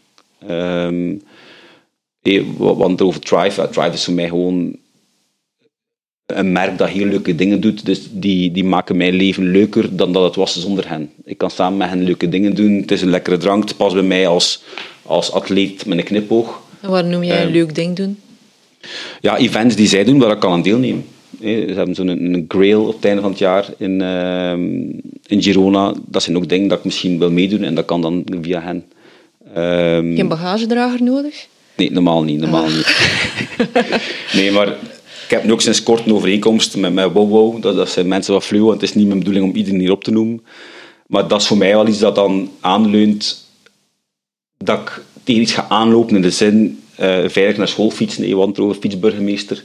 Want over Thrive, Thrive is voor mij gewoon een merk dat heel leuke dingen doet, dus die maken mijn leven leuker dan dat het was zonder hen. Ik kan samen met hen leuke dingen doen, het is een lekkere drank, het past bij mij als atleet met een knipoog. En waar noem jij een leuk ding doen? Ja, events die zij doen, waar ik kan aan deelnemen. Ze hebben zo'n grail op het einde van het jaar in Girona. Dat zijn ook dingen dat ik misschien wil meedoen en dat kan dan via hen. Geen bagagedrager nodig? Nee, normaal niet. Nee, maar ik heb nu ook sinds kort een overeenkomst met WoW. Dat zijn mensen van Fluo. Het is niet mijn bedoeling om iedereen hier op te noemen. Maar dat is voor mij wel iets dat dan aanleunt dat ik tegen iets ga aanlopen in de zin veilig naar school fietsen. Want over fietsburgemeester.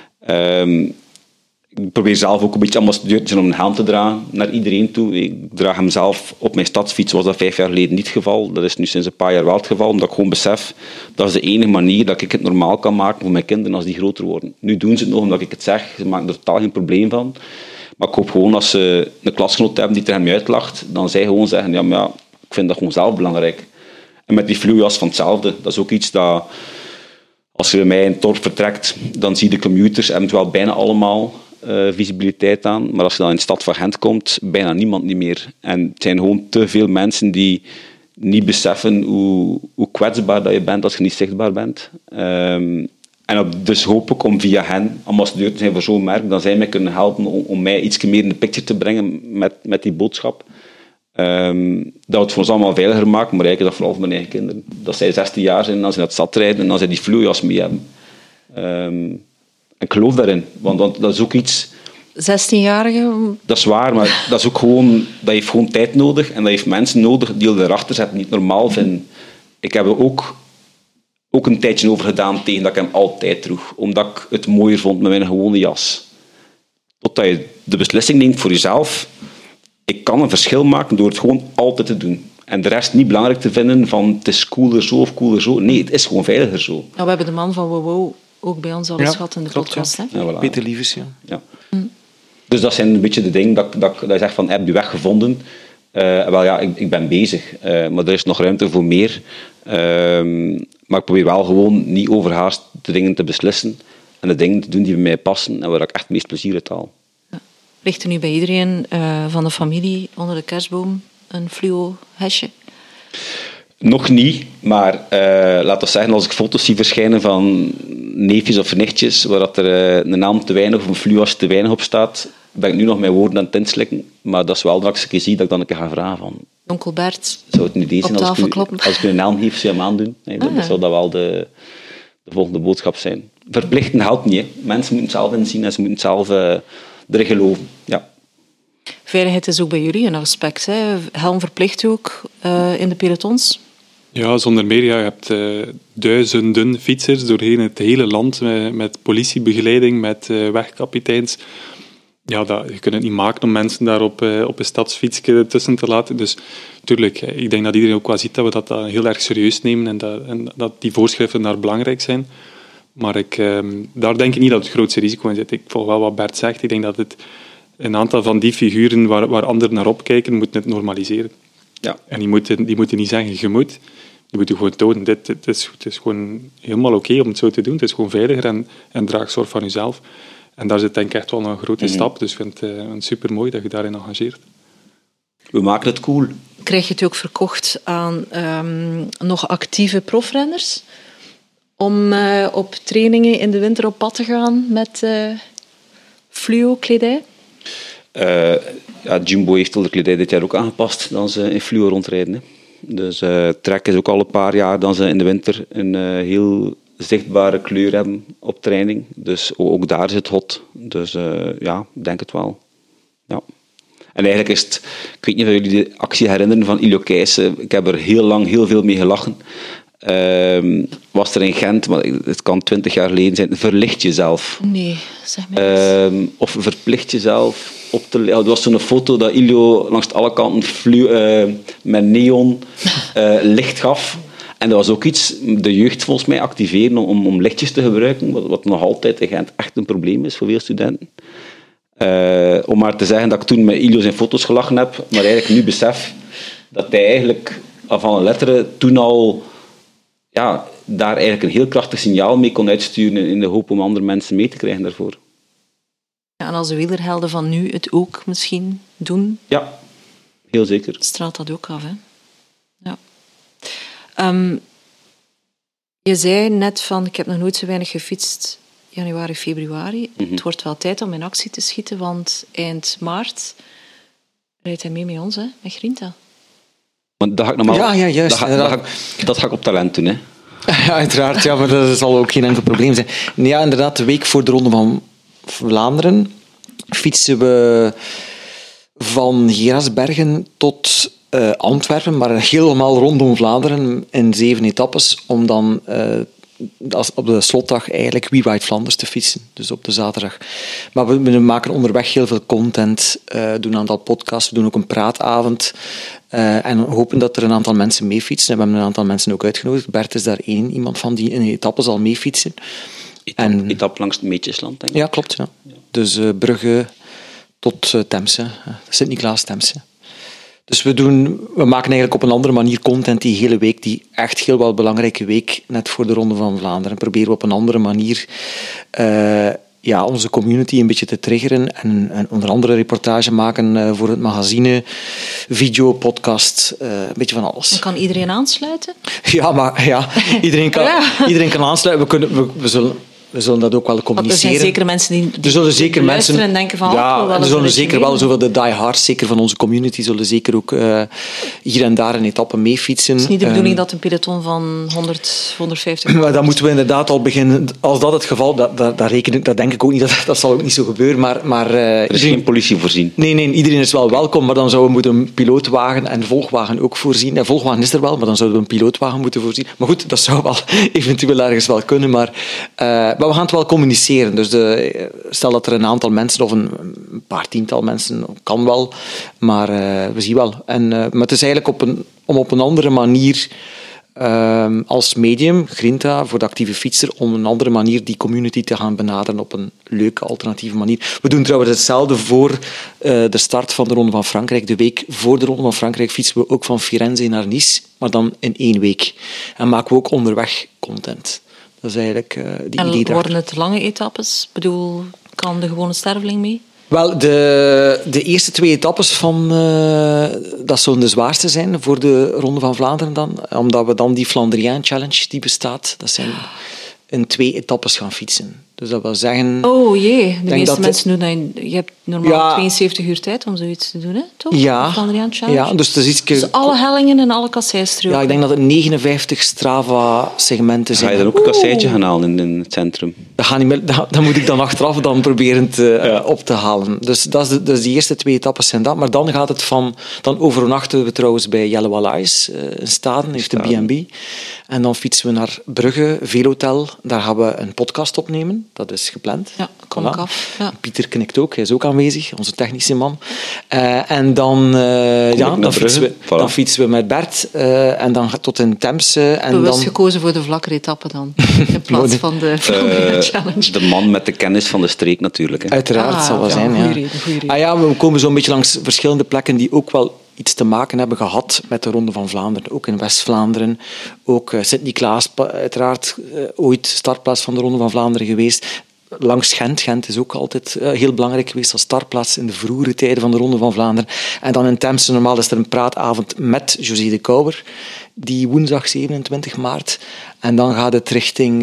Ik probeer zelf ook een beetje ambassadeur te zijn om een helm te dragen naar iedereen toe. Ik draag hem zelf op mijn stadsfiets, was dat 5 jaar geleden niet het geval. Dat is nu sinds een paar jaar wel het geval, omdat ik gewoon besef dat is de enige manier dat ik het normaal kan maken voor mijn kinderen als die groter worden. Nu doen ze het nog omdat ik het zeg, ze maken er totaal geen probleem van. Maar ik hoop gewoon als ze een klasgenoot hebben die tegen mij uitlacht, dan zij gewoon zeggen, ja, maar ja, ik vind dat gewoon zelf belangrijk. En met die fluojas van hetzelfde. Dat is ook iets dat, als je bij mij in het dorp vertrekt, dan zie je de commuters, hebben het wel bijna allemaal visibiliteit aan. Maar als je dan in de stad van Gent komt, bijna niemand niet meer. En het zijn gewoon te veel mensen die niet beseffen hoe kwetsbaar dat je bent als je niet zichtbaar bent. En dus hoop ik om via hen ambassadeur te zijn voor zo'n merk, dat zij mij kunnen helpen om mij iets meer in de picture te brengen met die boodschap. Dat het voor ons allemaal veiliger maakt, maar eigenlijk is dat vooral voor mijn eigen kinderen. Dat zij 16 jaar zijn en als ze naar de stad rijden en als zij die fluojas mee hebben. En ik geloof daarin, want dat is ook iets... 16-jarige? Dat is waar, maar dat is ook gewoon... Dat heeft gewoon tijd nodig en dat heeft mensen nodig die erachter zetten, niet normaal vinden. Ik heb er ook een tijdje over gedaan tegen dat ik hem altijd droeg, omdat ik het mooier vond met mijn gewone jas. Totdat je de beslissing neemt voor jezelf, ik kan een verschil maken door het gewoon altijd te doen. En de rest niet belangrijk te vinden van het is cooler zo of cooler zo. Nee, het is gewoon veiliger zo. Nou, we hebben de man van WoW ook bij ons al eens gehad in de podcast. Ja. Hè? Ja, voilà. Peter Lievers, ja. Dus dat zijn een beetje de dingen dat je zegt van heb je weg gevonden. Wel ja, ik ben bezig. Maar er is nog ruimte voor meer. Maar ik probeer wel gewoon niet overhaast de dingen te beslissen. En de dingen te doen die bij mij passen en waar ik echt het meest plezier uit haal. Ligt er nu bij iedereen van de familie onder de kerstboom een fluo-hesje? Nog niet, maar laten we zeggen, als ik foto's zie verschijnen van neefjes of nichtjes, waar dat er een naam te weinig of een fluoas te weinig op staat, ben ik nu nog mijn woorden aan het inslikken. Maar dat is wel dat ik een keer zie dat ik dan een keer ga vragen van... Onkel Bert, Zou het een idee zijn op tafel kloppen. als ik een naam geef, zou je hem aandoen? Nee, dat zou dat wel de volgende boodschap zijn. Verplichten helpt niet. Hè. Mensen moeten het zelf inzien en ze moeten het zelf erin geloven. Ja. Veiligheid is ook bij jullie een aspect. Hè? Helm verplicht ook in de pelotons. Ja, zonder meer. Ja, je hebt duizenden fietsers doorheen het hele land met politiebegeleiding, met wegkapiteins. Ja, je kunt het niet maken om mensen daar op een stadsfietsje tussen te laten. Dus tuurlijk, ik denk dat iedereen ook wel ziet dat we dat heel erg serieus nemen en dat die voorschriften daar belangrijk zijn. Maar daar denk ik niet dat het grootste risico in zit. Ik volg wel wat Bert zegt. Ik denk dat een aantal van die figuren waar anderen naar opkijken, moeten het normaliseren. Ja. En die moeten niet zeggen, je moet. Die moeten gewoon tonen, het is gewoon helemaal oké om het zo te doen. Het is gewoon veiliger en draag zorg van jezelf. En daar zit denk ik echt wel een grote stap. Dus ik vind het super mooi dat je daarin engageert. We maken het cool. Krijg je het ook verkocht aan nog actieve profrenners? Om op trainingen in de winter op pad te gaan met fluo-kledij? Jumbo heeft al de kledij dit jaar ook aangepast dan ze in fluo rondrijden. Hè. Dus Trek is ook al een paar jaar dan ze in de winter een heel zichtbare kleur hebben op training. Dus ook daar is het hot. Dus ik denk het wel. Ja. En eigenlijk is het... Ik weet niet of jullie de actie herinneren van Iljo Keijsen. Ik heb er heel lang heel veel mee gelachen. Was er in Gent, maar het kan 20 jaar geleden zijn, verlicht jezelf. Nee, zeg maar niet. Of verplicht jezelf op te... Er was zo'n foto dat Ilio langs alle kanten met neon licht gaf. En dat was ook iets, de jeugd volgens mij activeren om lichtjes te gebruiken, wat nog altijd in Gent echt een probleem is voor veel studenten. Om maar te zeggen dat ik toen met Ilio zijn foto's gelachen heb, maar eigenlijk nu besef dat hij eigenlijk van een letteren toen al daar eigenlijk een heel krachtig signaal mee kon uitsturen in de hoop om andere mensen mee te krijgen daarvoor. Ja, en als de wielerhelden van nu het ook misschien doen... Ja, heel zeker. Straalt dat ook af, hè? Ja. Je zei net van, ik heb nog nooit zo weinig gefietst, januari, februari. Het wordt wel tijd om in actie te schieten, want eind maart rijdt hij mee met ons, hè? Met Grinta. Maar dat ga ik normaal... Ja, juist. Dat ga ik op talent doen, hè. Ja, uiteraard, ja, maar dat zal ook geen enkel probleem zijn. Ja, inderdaad, de week voor de Ronde van Vlaanderen fietsen we van Gerasbergen tot Antwerpen, maar helemaal rondom Vlaanderen in 7 etappes, om dan op de slotdag eigenlijk We Ride Flanders te fietsen, dus op de zaterdag. Maar we maken onderweg heel veel content, doen een aantal podcasts, we doen ook een praatavond en hopen dat er een aantal mensen mee fietsen. En we hebben een aantal mensen ook uitgenodigd. Bert is daar iemand van die in de etappe zal mee fietsen. Etappe langs het Meetjesland, denk ik. Ja, klopt. Ja. Dus Brugge tot Temse, Sint-Niklaas-Temse. Dus we maken eigenlijk op een andere manier content die hele week, die echt heel wel belangrijke week, net voor de Ronde van Vlaanderen. Proberen we op een andere manier onze community een beetje te triggeren en onder andere reportage maken voor het magazine, video, podcast, een beetje van alles. En kan iedereen aansluiten? Iedereen kan aansluiten. We zullen dat ook wel communiceren. Er zijn zeker mensen die luisteren en denken van... Ja, er zullen zeker wel zoveel de diehards, zeker van onze community, zullen zeker ook hier en daar een etappe mee fietsen. Het is niet de bedoeling dat een peloton van 100, 150... Maar dan moeten we inderdaad al beginnen. Als dat het geval, dat denk ik ook niet, dat zal ook niet zo gebeuren. Maar er is geen politie voorzien. Nee, iedereen is wel welkom, maar dan zouden we moeten een pilootwagen en volgwagen ook voorzien. En volgwagen is er wel, maar dan zouden we een pilootwagen moeten voorzien. Maar goed, dat zou wel eventueel ergens wel kunnen, maar we gaan het wel communiceren. Dus stel dat er een aantal mensen of een paar tiental mensen, kan wel, maar we zien wel. Maar het is eigenlijk om op een andere manier als medium, Grinta, voor de actieve fietser, om een andere manier die community te gaan benaderen op een leuke, alternatieve manier. We doen trouwens hetzelfde voor de start van de Ronde van Frankrijk. De week voor de Ronde van Frankrijk fietsen we ook van Firenze naar Nice, maar dan in 1 week. En maken we ook onderweg content. Dat is eigenlijk die idee. En worden het lange etappes? Ik bedoel, kan de gewone sterveling mee? Wel, de eerste 2 etappes dat zullen de zwaarste zijn voor de Ronde van Vlaanderen dan. Omdat we dan die Flandrien Challenge die bestaat, dat zijn in 2 etappes gaan fietsen. Dus dat wil zeggen... Oh jee, de meeste mensen doen dat... Je hebt normaal 72 uur tijd om zoiets te doen, hè? Toch? Ja. Flandrien Challenge. Ja, dus het is iets... Dus alle hellingen en alle kasseistroken. Ja, ik denk dat het 59 Strava-segmenten zijn. Ga je dan ook een kasseitje gaan halen in het centrum? Dat moet ik dan achteraf dan proberen op te halen. Dus de eerste 2 etappes zijn dat. Maar dan gaat het dan overnachten we trouwens bij Jelle Wallace in Staden, heeft een B&B. En dan fietsen we naar Brugge, Velotel. Daar gaan we een podcast opnemen. Dat is gepland. Ja, kom ik af. Ja. Pieter knikt ook, hij is ook aanwezig, onze technische man. En dan fietsen we met Bert en dan tot in Temse. Bewust gekozen voor de vlakkere etappe dan, in plaats van de Challenge. De man met de kennis van de streek natuurlijk. Hè. Uiteraard, zal wel zijn. Goeie reden. We komen zo'n beetje langs verschillende plekken die ook wel iets te maken hebben gehad met de Ronde van Vlaanderen. Ook in West-Vlaanderen. Ook Sint-Niklaas, uiteraard ooit startplaats van de Ronde van Vlaanderen geweest. Langs Gent. Gent is ook altijd heel belangrijk geweest als startplaats in de vroegere tijden van de Ronde van Vlaanderen. En dan in Temse, normaal is er een praatavond met José de Kouwer, die woensdag 27 maart. En dan gaat het richting...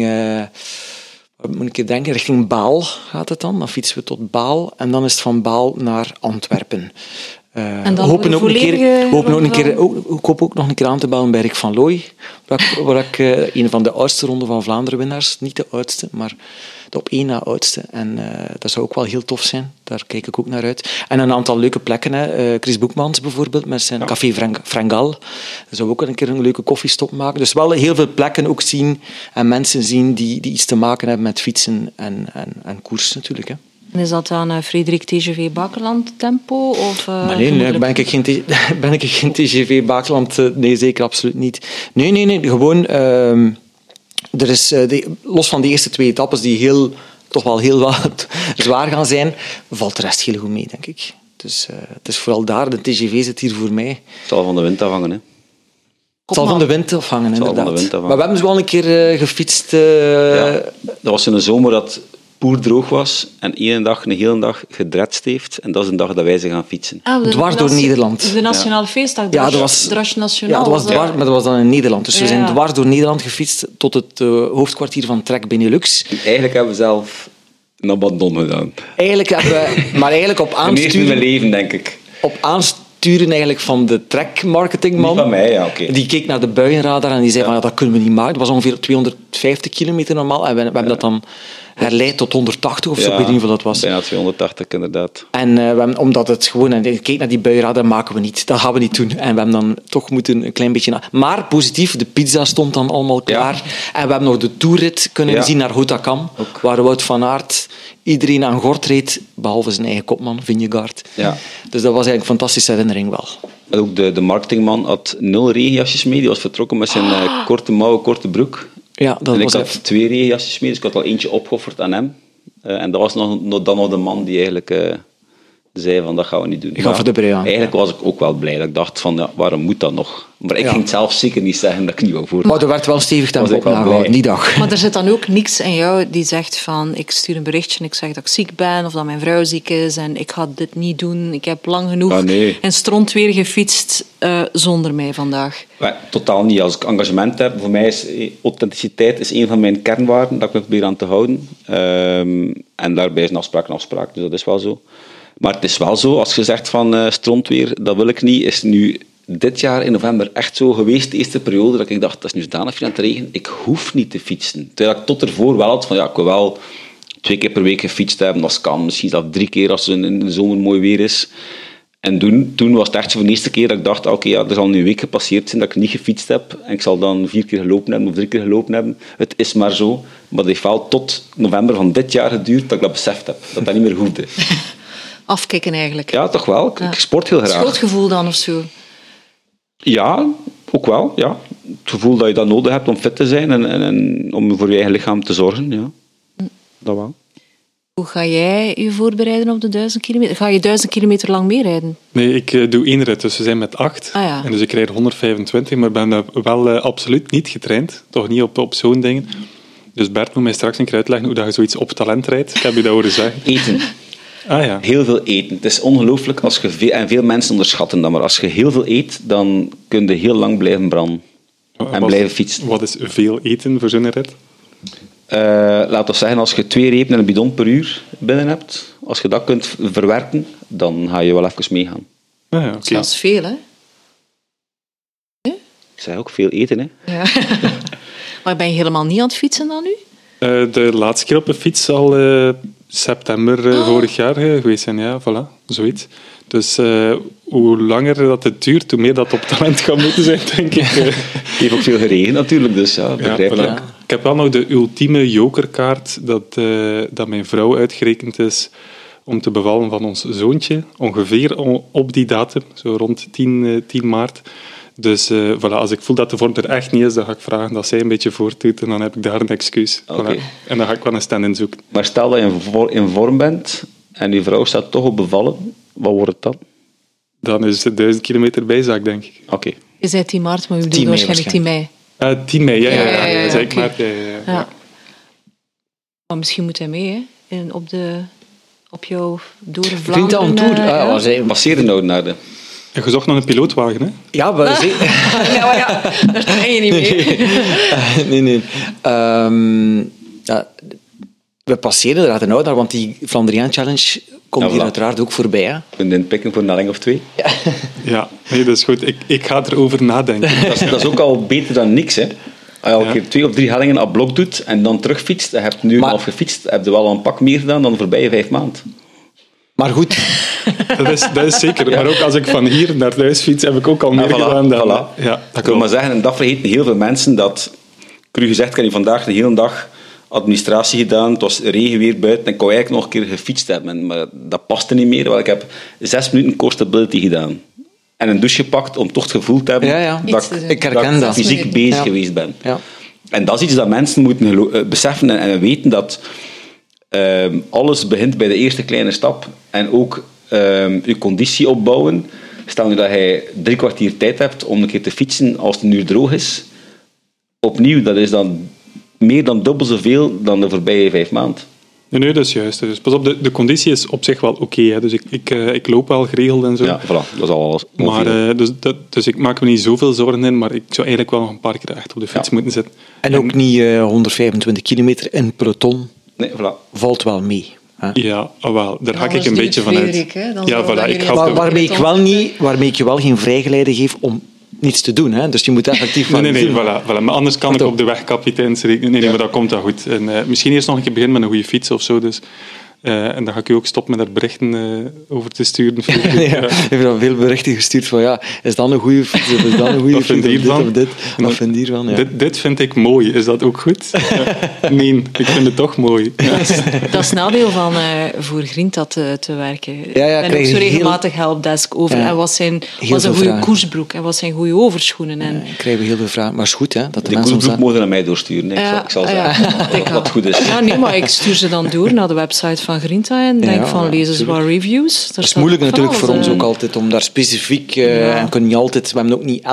moet ik denken, richting Baal gaat het dan. Dan fietsen we tot Baal en dan is het van Baal naar Antwerpen. En dan hopen de ook een keer, volledige hopen ook een keer, Vlaanderen? ik hoop ook nog een keer aan te bellen bij Rick van Looy, waar ik een van de oudste Ronde van Vlaanderen winnaars, niet de oudste, maar de op één na oudste. En dat zou ook wel heel tof zijn. Daar kijk ik ook naar uit. En een aantal leuke plekken. Hè. Chris Boekmans bijvoorbeeld, met zijn Café Frangal. Dat zou ook een keer een leuke koffiestop maken. Dus wel heel veel plekken ook zien en mensen zien die iets te maken hebben met fietsen en koers natuurlijk. Hè. En is dat dan Frederik TGV Bakeland tempo? Of, Maar nee, ben ik geen TGV Bakeland? Nee, zeker absoluut niet. Nee, gewoon... er is, los van de eerste 2 etappes die toch wel heel wat zwaar gaan zijn, valt de rest heel goed mee, denk ik. Dus het is vooral daar, de TGV zit hier voor mij. Het zal van de wind afhangen, hè. Het zal van de wind afhangen, inderdaad. Van de wind afhangen. Maar we hebben dus wel een keer gefietst. Ja, dat was in de zomer dat poerdroog was en één dag, een hele dag gedretst heeft. En dat is een dag dat wij ze gaan fietsen. Dwars door Nederland. De Nationale Feestdag, Ja, dat was Dras Nationaal. Ja, dat was dwars, maar dat was dan in Nederland. Dus we zijn Ja. dwars door Nederland gefietst tot het hoofdkwartier van Trek Benelux. Eigenlijk hebben we zelf een abandon gedaan. Eigenlijk op En eerst in mijn aansturen... leven, denk ik. Op aansturen eigenlijk van de Trek-marketingman. Niet van mij, ja, oké. Die keek naar de buienradar en die zei van, ja, dat kunnen we niet maken. Het was ongeveer 250 kilometer normaal. En we hebben dat dan herleid tot 180 of zo. Ik weet niet hoeveel dat was. Bijna 280, inderdaad. En omdat het gewoon... En ik keek naar die buienradar, maken we niet. Dat gaan we niet doen. En we hebben dan toch moeten een klein beetje... Maar positief, de pizza stond dan allemaal klaar. Ja. En we hebben nog de toerrit kunnen zien naar Hautacam. Waar Wout van Aert iedereen aan gort reed, behalve zijn eigen kopman, Vingegaard. Ja. Dus dat was eigenlijk een fantastische herinnering wel. En ook de marketingman had 0 regenjasjes mee. Die was vertrokken met zijn korte mouwen, korte broek. Ja, dat En was ik had 2 regenjasjes mee, dus ik had al eentje opgeofferd aan hem. En dat was dan nog de man die eigenlijk zei van, dat gaan we niet doen. Ik ga voor de brei aan. Eigenlijk was ik ook wel blij. Dat ik dacht van, ja, waarom moet dat nog? Maar ik ging het zelf zeker niet zeggen dat ik niet wou voor. Maar er werd wel stevig tempo Was ik wel opgehouden, blij. die dag. Maar er zit dan ook niks in jou die zegt van, ik stuur een berichtje en ik zeg dat ik ziek ben of dat mijn vrouw ziek is en ik ga dit niet doen. Ik heb lang genoeg Ah, nee. in stront weer gefietst zonder mij vandaag. Maar, totaal niet. Als ik engagement heb, voor mij is authenticiteit is een van mijn kernwaarden, dat ik me probeer aan te houden. En daarbij is een afspraak, dus dat is wel zo. Maar het is wel zo, als je zegt van strontweer, dat wil ik niet, is nu dit jaar in november echt zo geweest, de eerste periode, dat ik dacht, dat is nu zodanig veel aan het regenen, ik hoef niet te fietsen. Terwijl ik tot ervoor wel had van, ja, ik wil wel 2 keer per week gefietst hebben, als kan, misschien zelfs 3 keer als het in de zomer mooi weer is. En toen was het echt zo voor de eerste keer dat ik dacht, oké, ja, er zal nu een week gepasseerd zijn dat ik niet gefietst heb en ik zal dan 4 keer gelopen hebben of 3 keer gelopen hebben. Het is maar zo. Maar het heeft wel tot november van dit jaar geduurd dat ik dat beseft heb, dat dat niet meer hoefde. Afkicken eigenlijk. Ja, toch wel. Ik sport heel graag. Schuldgevoel dan of zo. Ja, ook wel. Ja. Het gevoel dat je dat nodig hebt om fit te zijn en om voor je eigen lichaam te zorgen. Ja. Dat wel. Hoe ga jij je voorbereiden op de 1000 kilometer? Ga je 1000 kilometer lang meerijden? Nee, ik doe 1 rit, dus we zijn met 8. Ah, ja. En dus ik rijd 125, maar ben wel absoluut niet getraind. Toch niet op zo'n dingen. Dus Bert moet mij straks een keer uitleggen hoe dat je zoiets op talent rijdt. Ik heb je dat horen zeggen. Eten. Ah ja. Heel veel eten. Het is ongelooflijk als je en veel mensen onderschatten dat, maar als je heel veel eet, dan kun je heel lang blijven branden. En blijven fietsen. Wat is veel eten voor zo'n rit? Laten we zeggen, als je 2 repen en een bidon per uur binnen hebt, als je dat kunt verwerken, dan ga je wel even meegaan. Ah ja, oké. Dat is veel, hè? Ik zeg ook veel eten, hè. Ja. Maar ben je helemaal niet aan het fietsen dan nu? De laatste keer op een fiets zal september vorig jaar geweest zijn. Ja, voilà, zoiets. Dus hoe langer dat het duurt, hoe meer dat op talent kan moeten zijn, denk ik. Het heeft ook veel geregend natuurlijk, dus ja, begrijpelijk. Voilà. Ik heb wel nog de ultieme jokerkaart dat mijn vrouw uitgerekend is om te bevallen van ons zoontje. Ongeveer op die datum, zo rond 10 maart. Dus voilà, als ik voel dat de vorm er echt niet is, dan ga ik vragen dat zij een beetje voortdoet en dan heb ik daar een excuus. Okay. Voilà. En dan ga ik wel een stand-in zoeken. Maar stel dat je in vorm bent en je vrouw staat toch op bevallen, wat wordt het dan? Dan is het 1000 kilometer bijzaak, denk ik. Oké. Je zei 10 maart, maar je 10 bedoelt mei waarschijnlijk 10 mei. 10 mei, ja. Ja, Zei ik oké. maar. Ja. Maar misschien moet hij mee, hè? Op jouw door Vindt dat Vlaanderen. een tour? Was hij... Passeren nou naar de... En je zocht nog een pilootwagen, hè? Ja, maar Ja, maar ja, daar kan je niet mee. nee. Ja, we passeren inderdaad een ouder, want die Flandriaan Challenge komt Ja, hier voilà. uiteraard ook voorbij. Hè? Je kunt inpikken voor een helling of 2. Ja, nee, dat is goed. Ik ga erover nadenken. Dat is ook al beter dan niks, hè. Als je al een keer 2 of 3 hellingen aan blok doet en dan terugfietst, en je hebt nu Maar- half gefietst, heb je wel een pak meer gedaan dan de voorbije 5 maanden. Maar goed, Dat is zeker. Maar ook als ik van hier naar thuis fiets, heb ik ook al meer voilà, gedaan dan... voilà. Ja, dat Ik wil maar klopt. zeggen, en dat vergeten heel veel mensen, dat, cru gezegd, ik heb vandaag de hele dag administratie gedaan, het was regenweer buiten en ik kon eigenlijk nog een keer gefietst hebben, maar dat paste niet meer, want ik heb 6 minuten core stability gedaan. En een douche gepakt om toch het gevoel te hebben Ja. Iets dat, te doen. ik dat herken ik dat. fysiek bezig Ja. geweest ben. ja. En dat is iets dat mensen moeten beseffen en weten, dat alles begint bij de eerste kleine stap. En ook je conditie opbouwen. Stel nu dat je 3 kwartier tijd hebt om een keer te fietsen als het een uur droog is. Opnieuw, dat is dan meer dan dubbel zoveel dan de voorbije 5 maanden. Nee, dat is juist. Dus pas op, de conditie is op zich wel oké, hè. Dus ik loop wel geregeld en zo. Ja, voilà, dat is al Maar, dus ik maak me niet zoveel zorgen in, maar ik zou eigenlijk wel nog een paar keer echt op de fiets Ja. moeten zitten. En ook niet 125 kilometer in peloton Nee, voilà. valt wel mee. Hè? Ja, wel, daar ga ik Anders een doet beetje van uit. Frederik, hè. Dan Ja, zal dat voilà, ik jullie ga als- Maar waarmee ik je wel geen vrijgeleide geef om niets te doen. Hè? Dus je moet effectief Nee, wel nee, doen. voilà. Maar anders kan ik Pardon. op de weg kapiteins rekenen. Nee, maar dat komt wel goed. En, misschien eerst nog een keer beginnen met een goede fiets of zo. Dus, en dan ga ik u ook stoppen met daar berichten over te sturen. Ja, ik heb al veel berichten gestuurd van ja, is dat een goede fiets of is dat een goede Wat vind fiets je of dit hiervan? of dit. Wat vind je hiervan? Ja. Dit vind ik mooi. Is dat ook goed? Nee, ik vind het toch mooi. Ja. Dat is het nadeel van voor Grinta te werken. Ja, Ik ben ook krijg zo je heel- regelmatig helpdesk over. Ja. En wat zijn Heel een veel goede vragen. koersbroek en wat zijn goede overschoenen. En, Ik krijg heel veel vragen. Maar het is goed hè, dat de De mensen ons koersbroek dat... mogen naar mij doorsturen. hè. Ik zal ja. zeggen wat goed is. Ja, nee, maar ik stuur ze dan door naar de website van Grinta en denk Ja, van lees eens wat reviews. Dat is moeilijk natuurlijk voor ons ook altijd om daar specifiek... Ja. En kunnen niet altijd... We hebben ook niet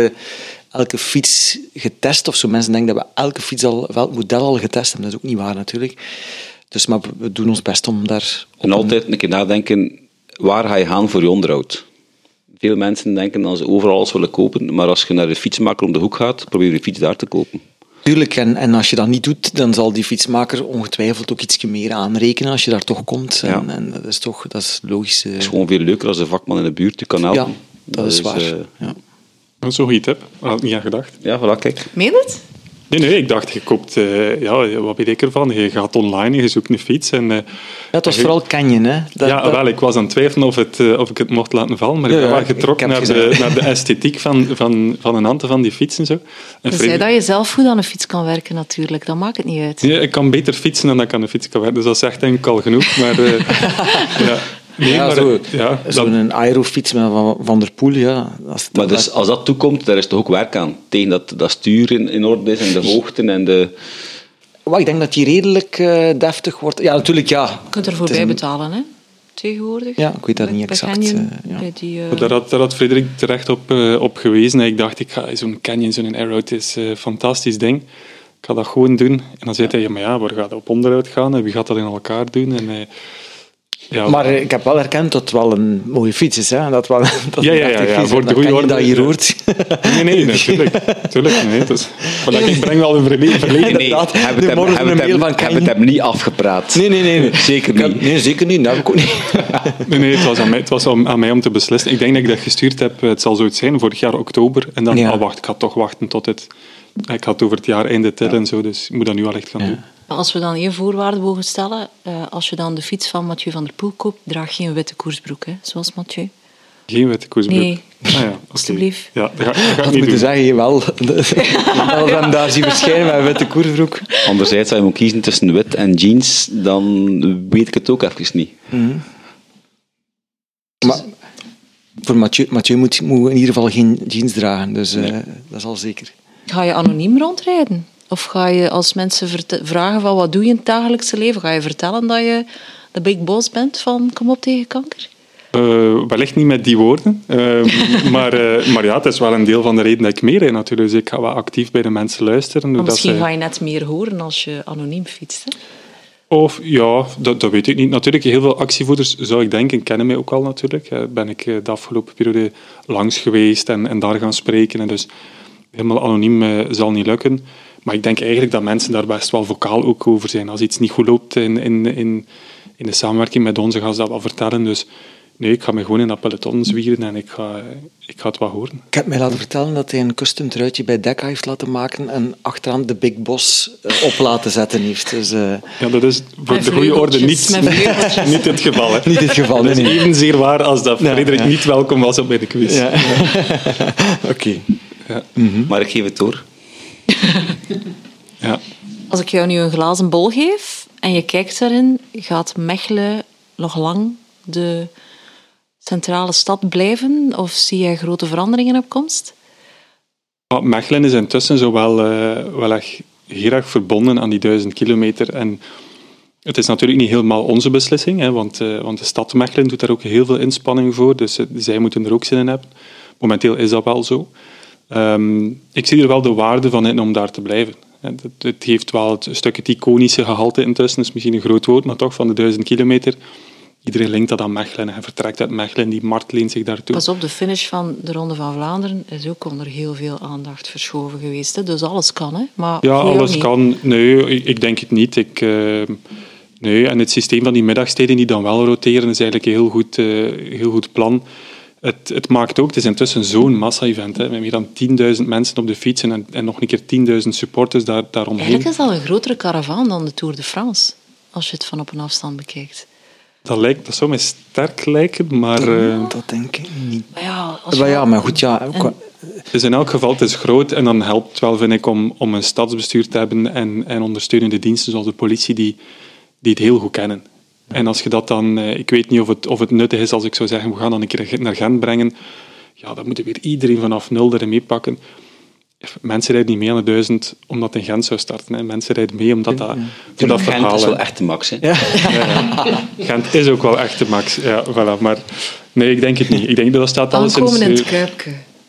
elke fiets getest of zo. Mensen denken dat we elke fiets al, of elk model al getest hebben. Dat is ook niet waar natuurlijk. Dus, maar we doen ons best om daar... En altijd een keer nadenken, waar ga je gaan voor je onderhoud? Veel mensen denken dat ze overal alles willen kopen, maar als je naar de fietsmaker om de hoek gaat, probeer je fiets daar te kopen. Tuurlijk, en als je dat niet doet, dan zal die fietsmaker ongetwijfeld ook iets meer aanrekenen als je daar toch komt. Ja. En dat is toch dat is logisch. Het is gewoon veel leuker als de vakman in de buurt je kan helpen. Ja, dat is waar. Ja. Dat is een goede tip. Daar had ik niet aan gedacht. Ja, voilà, kijk. Meen het? Nee, ik dacht, je koopt... wat weet ik ervan? Je gaat online en je zoekt een fiets. En, Ja, het was vooral Canyon, hè? Wel, ik was aan het twijfelen of ik het mocht laten vallen, maar ik ben Ja, wel ik getrokken heb naar gezegd. de esthetiek van een aantal van die fietsen. Zo. En Je zei Frederik- dat je zelf goed aan een fiets kan werken natuurlijk. Dat maakt het niet uit. Ja, ik kan beter fietsen dan dat ik aan de fiets kan werken, dus dat is echt denk ik al genoeg. Maar, ja. Nee, Ja, maar, zo, ja, zo'n aerofiets met Van der Poel, ja. Maar dus, als dat toekomt, daar is toch ook werk aan. Tegen dat stuur in orde is en de hoogten en de... Maar ik denk dat die redelijk deftig wordt. Ja, natuurlijk, ja. Je kunt ervoor Het is bij een- betalen, hè? Tegenwoordig. Ja, ik weet dat niet Bij exact. Canyon, Ja. bij die, daar had Frederik terecht op gewezen. Ik dacht, ik ga zo'n Canyon, zo'n Arrow, het is een fantastisch ding. Ik ga dat gewoon doen. En dan zei hij, maar ja, waar gaat dat op onderhoud gaan? En wie gaat dat in elkaar doen? En, ja, Maar ik heb wel herkend dat het wel een mooie fiets is. Hè? Dat wel, dat Ja, een ja, ja, deftige ja, fiets is. voor de Dan goede kan je orde, dat hier ja. hoort. Nee, natuurlijk. Nee, dus, voilà, ik breng wel een verleden. Nee, Inderdaad, hebben nu het morgen hem, een mail van hebben Canyon. het hem niet afgepraat. Nee. Zeker Ik heb- niet. Nee, zeker niet. Dat heb ik ook niet. Nee, het was aan mij om te beslissen. Ik denk dat ik dat gestuurd heb, het zal zoiets zijn, vorig jaar oktober. En dan, Ja. ik ga toch wachten tot het... Ik had over het jaar einde tellen en zo, dus ik moet dat nu al echt gaan doen. Als we dan één voorwaarde mogen stellen, als je dan de fiets van Mathieu van der Poel koopt, draag geen witte koersbroek, hè, zoals Mathieu. Geen witte koersbroek. Nee. Ah, ja, oké. Alsjeblieft. Ja, dat ga ik Dat niet moeten doen. zeggen, jawel. Als we hem daar zien verschijnen met een witte koersbroek. Anderzijds, als je moet kiezen tussen wit en jeans, dan weet ik het ook even niet. Maar voor Mathieu moet in ieder geval geen jeans dragen. Dus dat is al zeker. Ga je anoniem rondrijden? Of ga je als mensen vragen van wat doe je in het dagelijkse leven, ga je vertellen dat je de big boss bent van Kom op tegen kanker? Wellicht niet met die woorden, maar ja, het is wel een deel van de reden dat ik meerijd natuurlijk. Dus ik ga wel actief bij de mensen luisteren. Maar dat misschien zij- ga je net meer horen als je anoniem fietst. Hè? Of ja, dat weet ik niet. Natuurlijk, heel veel actievoerders, zou ik denken, kennen mij ook al natuurlijk. Ben ik de afgelopen periode langs geweest en daar gaan spreken. En dus helemaal anoniem zal niet lukken. Maar ik denk eigenlijk dat mensen daar best wel vocaal ook over zijn. Als iets niet goed loopt in in de samenwerking met onze gaan ze dat wel vertellen. Dus nee, ik ga me gewoon in dat peloton zwieren en ik ga het wat horen. Ik heb mij laten vertellen dat hij een custom truitje bij Decca heeft laten maken en achteraan de Big Boss op laten zetten heeft. Dus, ja, dat is voor Met de goede orde vleugeltjes. niet het geval. Hè. Niet het geval, Dat is nee. evenzeer waar als dat Frederik niet welkom was op mijn quiz. Ja. Oké. Ja. Maar ik geef het door. Ja. Als ik jou nu een glazen bol geef en je kijkt daarin, gaat Mechelen nog lang de centrale stad blijven? Of zie jij grote veranderingen op komst? Mechelen is intussen zo wel echt heel erg verbonden aan die 1000 kilometer. En het is natuurlijk niet helemaal onze beslissing, hè, want de stad Mechelen doet daar ook heel veel inspanning voor. Dus zij moeten er ook zin in hebben. Momenteel is dat wel zo. Ik zie er wel de waarde van in om daar te blijven. Het heeft wel een stuk het iconische gehalte intussen, is misschien een groot woord, maar toch van de 1000 kilometer. Iedereen linkt dat aan Mechelen. Hij vertrekt uit Mechelen, die markt leent zich daartoe. Pas op, de finish van de Ronde van Vlaanderen is ook onder heel veel aandacht verschoven geweest. Hè? Dus alles kan, hè? Maar Ja, voor jou alles niet. kan. Nee, ik denk het niet. Nee, en het systeem van die middagsteden die dan wel roteren is eigenlijk een heel goed plan. Het maakt ook, het is intussen zo'n massa-event. Met meer dan 10.000 mensen op de fiets en nog een keer 10.000 supporters daaromheen. Eigenlijk is dat een grotere karavaan dan de Tour de France, als je het van op een afstand bekijkt. Dat zou mij sterk lijken, maar Dat denk ik niet. Maar ja, als Maar je- ja, maar goed, ja. Ook, het is in elk geval het is groot en dan helpt het wel, vind ik, om een stadsbestuur te hebben en ondersteunende diensten zoals de politie die het heel goed kennen. En als je dat dan... Ik weet niet of het nuttig is als ik zou zeggen, we gaan dan een keer naar Gent brengen. Ja, dan moeten weer iedereen vanaf nul erin meepakken. Mensen rijden niet mee aan de 1000 omdat het in Gent zou starten. Hè. Mensen rijden mee omdat dat Gent verhaal... is hè. wel echt de max. Hè. Gent is ook wel echt de max. Ja, voilà. Maar nee, ik denk het niet. Ik denk dat staat alleszins... aankomen in het Kuipke.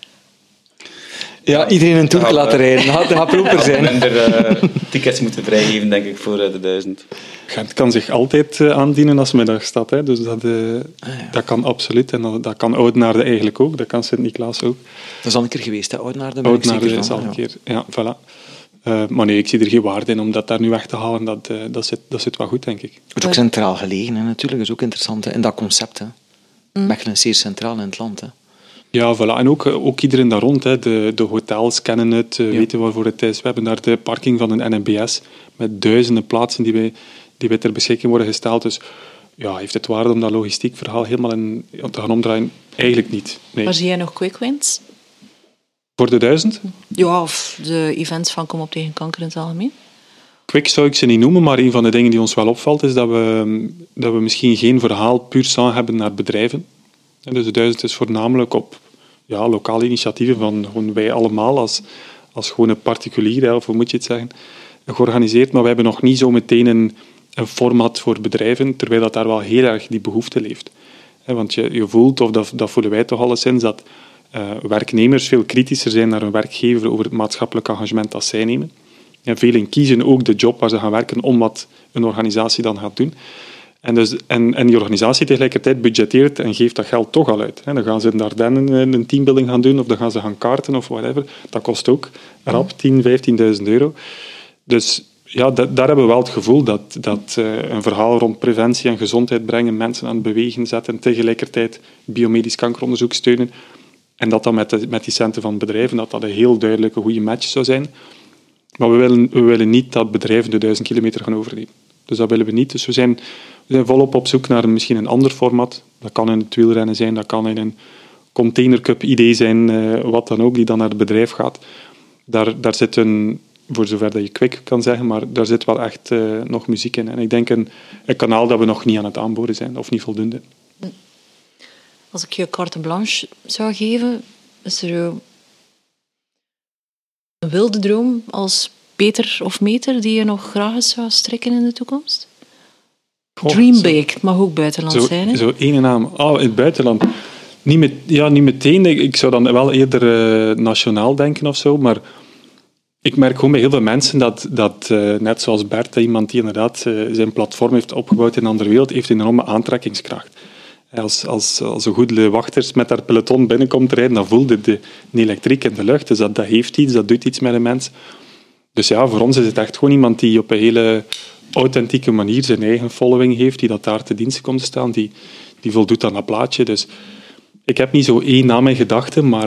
ja, iedereen een tour Ja, laten rijden. Dat gaat proper zijn. Minder tickets moeten vrijgeven, denk ik, voor de 1000. Gent kan zich altijd aandienen als middagstad. Hè. Dus dat kan absoluut. En dat kan Oudenaarde eigenlijk ook. Dat kan Sint-Niklaas ook. Dat is al een keer geweest, hè, Oudenaarde. ben ik Oudenaarde zeker is van, al een ja. keer. Ja, voilà. Maar nee, ik zie er geen waarde in om dat daar nu weg te halen. Dat zit wel goed, denk ik. Het is ook centraal gelegen, hè, natuurlijk. Dat is ook interessant. Hè. En dat concept, hè. Mechelen is zeer centraal in het land. Hè. Ja, voilà. En ook iedereen daar rond. Hè. De hotels kennen het, weten waarvoor het is. We hebben daar de parking van een NMBS met duizenden plaatsen die wij ter beschikking worden gesteld. Dus ja, heeft het waarde om dat logistiek verhaal helemaal te gaan omdraaien? Eigenlijk niet. Nee. Maar zie jij nog quick wins? Voor de 1000? Ja, of de events van Kom op tegen kanker in het algemeen? Quick zou ik ze niet noemen, maar een van de dingen die ons wel opvalt is dat we misschien geen verhaal puur sang hebben naar bedrijven. En dus de 1000 is voornamelijk op lokale initiatieven van gewoon wij allemaal als gewone particulier, of hoe moet je het zeggen, georganiseerd. Maar we hebben nog niet zo meteen een format voor bedrijven, terwijl dat daar wel heel erg die behoefte leeft. Want je voelt, of dat voelen wij toch alleszins, dat werknemers veel kritischer zijn naar hun werkgever over het maatschappelijk engagement dat zij nemen. En velen kiezen ook de job waar ze gaan werken om wat een organisatie dan gaat doen. En die organisatie tegelijkertijd budgetteert en geeft dat geld toch al uit. Dan gaan ze in de Ardennen een teambuilding gaan doen of dan gaan ze gaan kaarten of whatever. Dat kost ook rap 10.000, 15.000 euro. Dus ja, daar hebben we wel het gevoel dat een verhaal rond preventie en gezondheid brengen, mensen aan het bewegen zetten en tegelijkertijd biomedisch kankeronderzoek steunen. En dat dan met die centen van bedrijven, dat een heel duidelijke goede match zou zijn. Maar we willen niet dat bedrijven de 1000 kilometer gaan overnemen. Dus dat willen we niet. Dus we zijn volop op zoek naar misschien een ander format. Dat kan in het wielrennen zijn, dat kan in een containercup-idee zijn, wat dan ook, die dan naar het bedrijf gaat. Daar zit voor zover dat je quick kan zeggen, maar daar zit wel echt nog muziek in. En ik denk een kanaal dat we nog niet aan het aanboren zijn, of niet voldoende. Als ik je carte blanche zou geven, is er een wilde droom als Peter of Meter die je nog graag eens zou strikken in de toekomst? Dream big, het mag ook buitenland zijn. Hè? Zo ene naam. In het buitenland. Niet meteen. Ik zou dan wel eerder nationaal denken of zo, maar ik merk gewoon bij heel veel mensen dat net zoals Bert, iemand die inderdaad zijn platform heeft opgebouwd in een andere wereld, heeft een enorme aantrekkingskracht. Als een goede wachters met haar peloton binnenkomt rijden, dan voelde de elektriek in de lucht. Dus dat heeft iets, dat doet iets met een mens. Dus ja, voor ons is het echt gewoon iemand die op een hele authentieke manier zijn eigen following heeft, die dat daar te dienste komt te staan, die voldoet aan dat plaatje. Dus ik heb niet zo één naam in gedachten, maar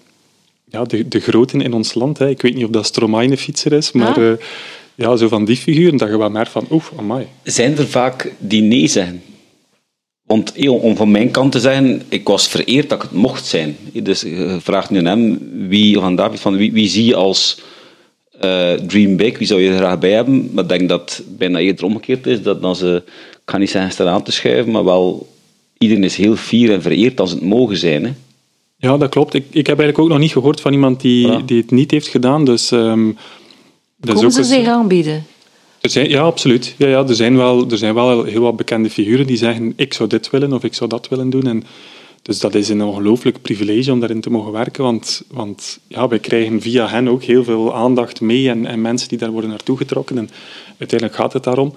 de groten in ons land. Hè. Ik weet niet of dat Stromae een fietser is, maar zo van die figuren, dat je wel merkt van, amai. Zijn er vaak die nee zeggen? Want om van mijn kant te zeggen, ik was vereerd dat ik het mocht zijn. Dus je vraagt nu aan hem, of aan David, van wie zie je als dream big, wie zou je er graag bij hebben? Maar ik denk dat het bijna eerder omgekeerd is, dat dan ze, ik ga niet zeggen staan aan te schuiven, maar wel, iedereen is heel fier en vereerd als het mogen zijn. Hè? Ja, dat klopt. Ik heb eigenlijk ook nog niet gehoord van iemand die het niet heeft gedaan. Dus, Komen ze zich aanbieden? Ja, absoluut. Ja, er zijn wel heel wat bekende figuren die zeggen ik zou dit willen of ik zou dat willen doen. En dus dat is een ongelooflijk privilege om daarin te mogen werken, want wij krijgen via hen ook heel veel aandacht mee en mensen die daar worden naartoe getrokken. En uiteindelijk gaat het daarom.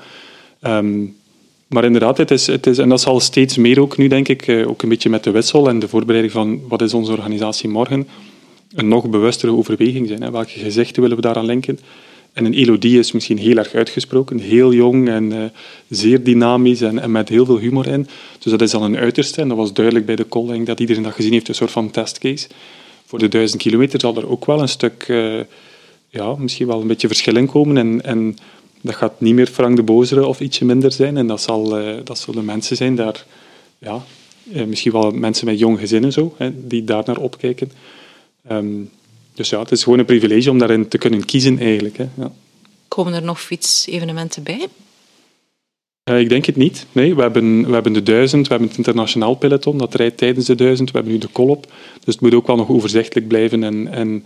Maar inderdaad, het is, en dat zal steeds meer ook nu, denk ik, ook een beetje met de wissel en de voorbereiding van wat is onze organisatie morgen, een nog bewustere overweging zijn. Hè? Welke gezichten willen we daaraan linken? En een Elodie is misschien heel erg uitgesproken, heel jong en zeer dynamisch en met heel veel humor in. Dus dat is dan een uiterste. En dat was duidelijk bij de calling dat iedereen dat gezien heeft, een soort van testcase. Voor de 1000 kilometer zal er ook wel een stuk, misschien wel een beetje verschil in komen. En dat gaat niet meer Frank de Bozere of ietsje minder zijn. En dat zullen mensen zijn daar, misschien wel mensen met jong gezinnen zo, die daar naar opkijken. Dus het is gewoon een privilege om daarin te kunnen kiezen eigenlijk. Hè. Ja. Komen er nog fietsevenementen bij? Ik denk het niet. Nee, we hebben de 1000, we hebben het internationaal peloton, dat rijdt tijdens de 1000. We hebben nu de Collop. Dus het moet ook wel nog overzichtelijk blijven.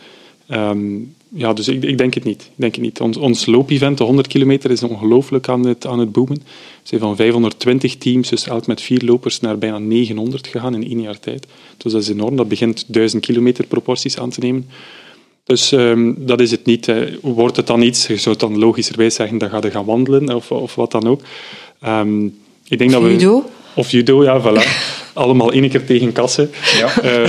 Dus ik denk het niet. Ons loopevent, de 100 kilometer, is ongelooflijk aan het boomen. We zijn van 520 teams, dus elk met 4 lopers, naar bijna 900 gegaan in 1 jaar tijd. Dus dat is enorm. Dat begint 1000 kilometer proporties aan te nemen. Dus dat is het niet. Wordt het dan iets, je zou dan logischerwijs zeggen, dan ga je gaan wandelen of wat dan ook. Ik denk judo? Of judo, ja, voilà. Allemaal 1 keer tegen kassen. Ja.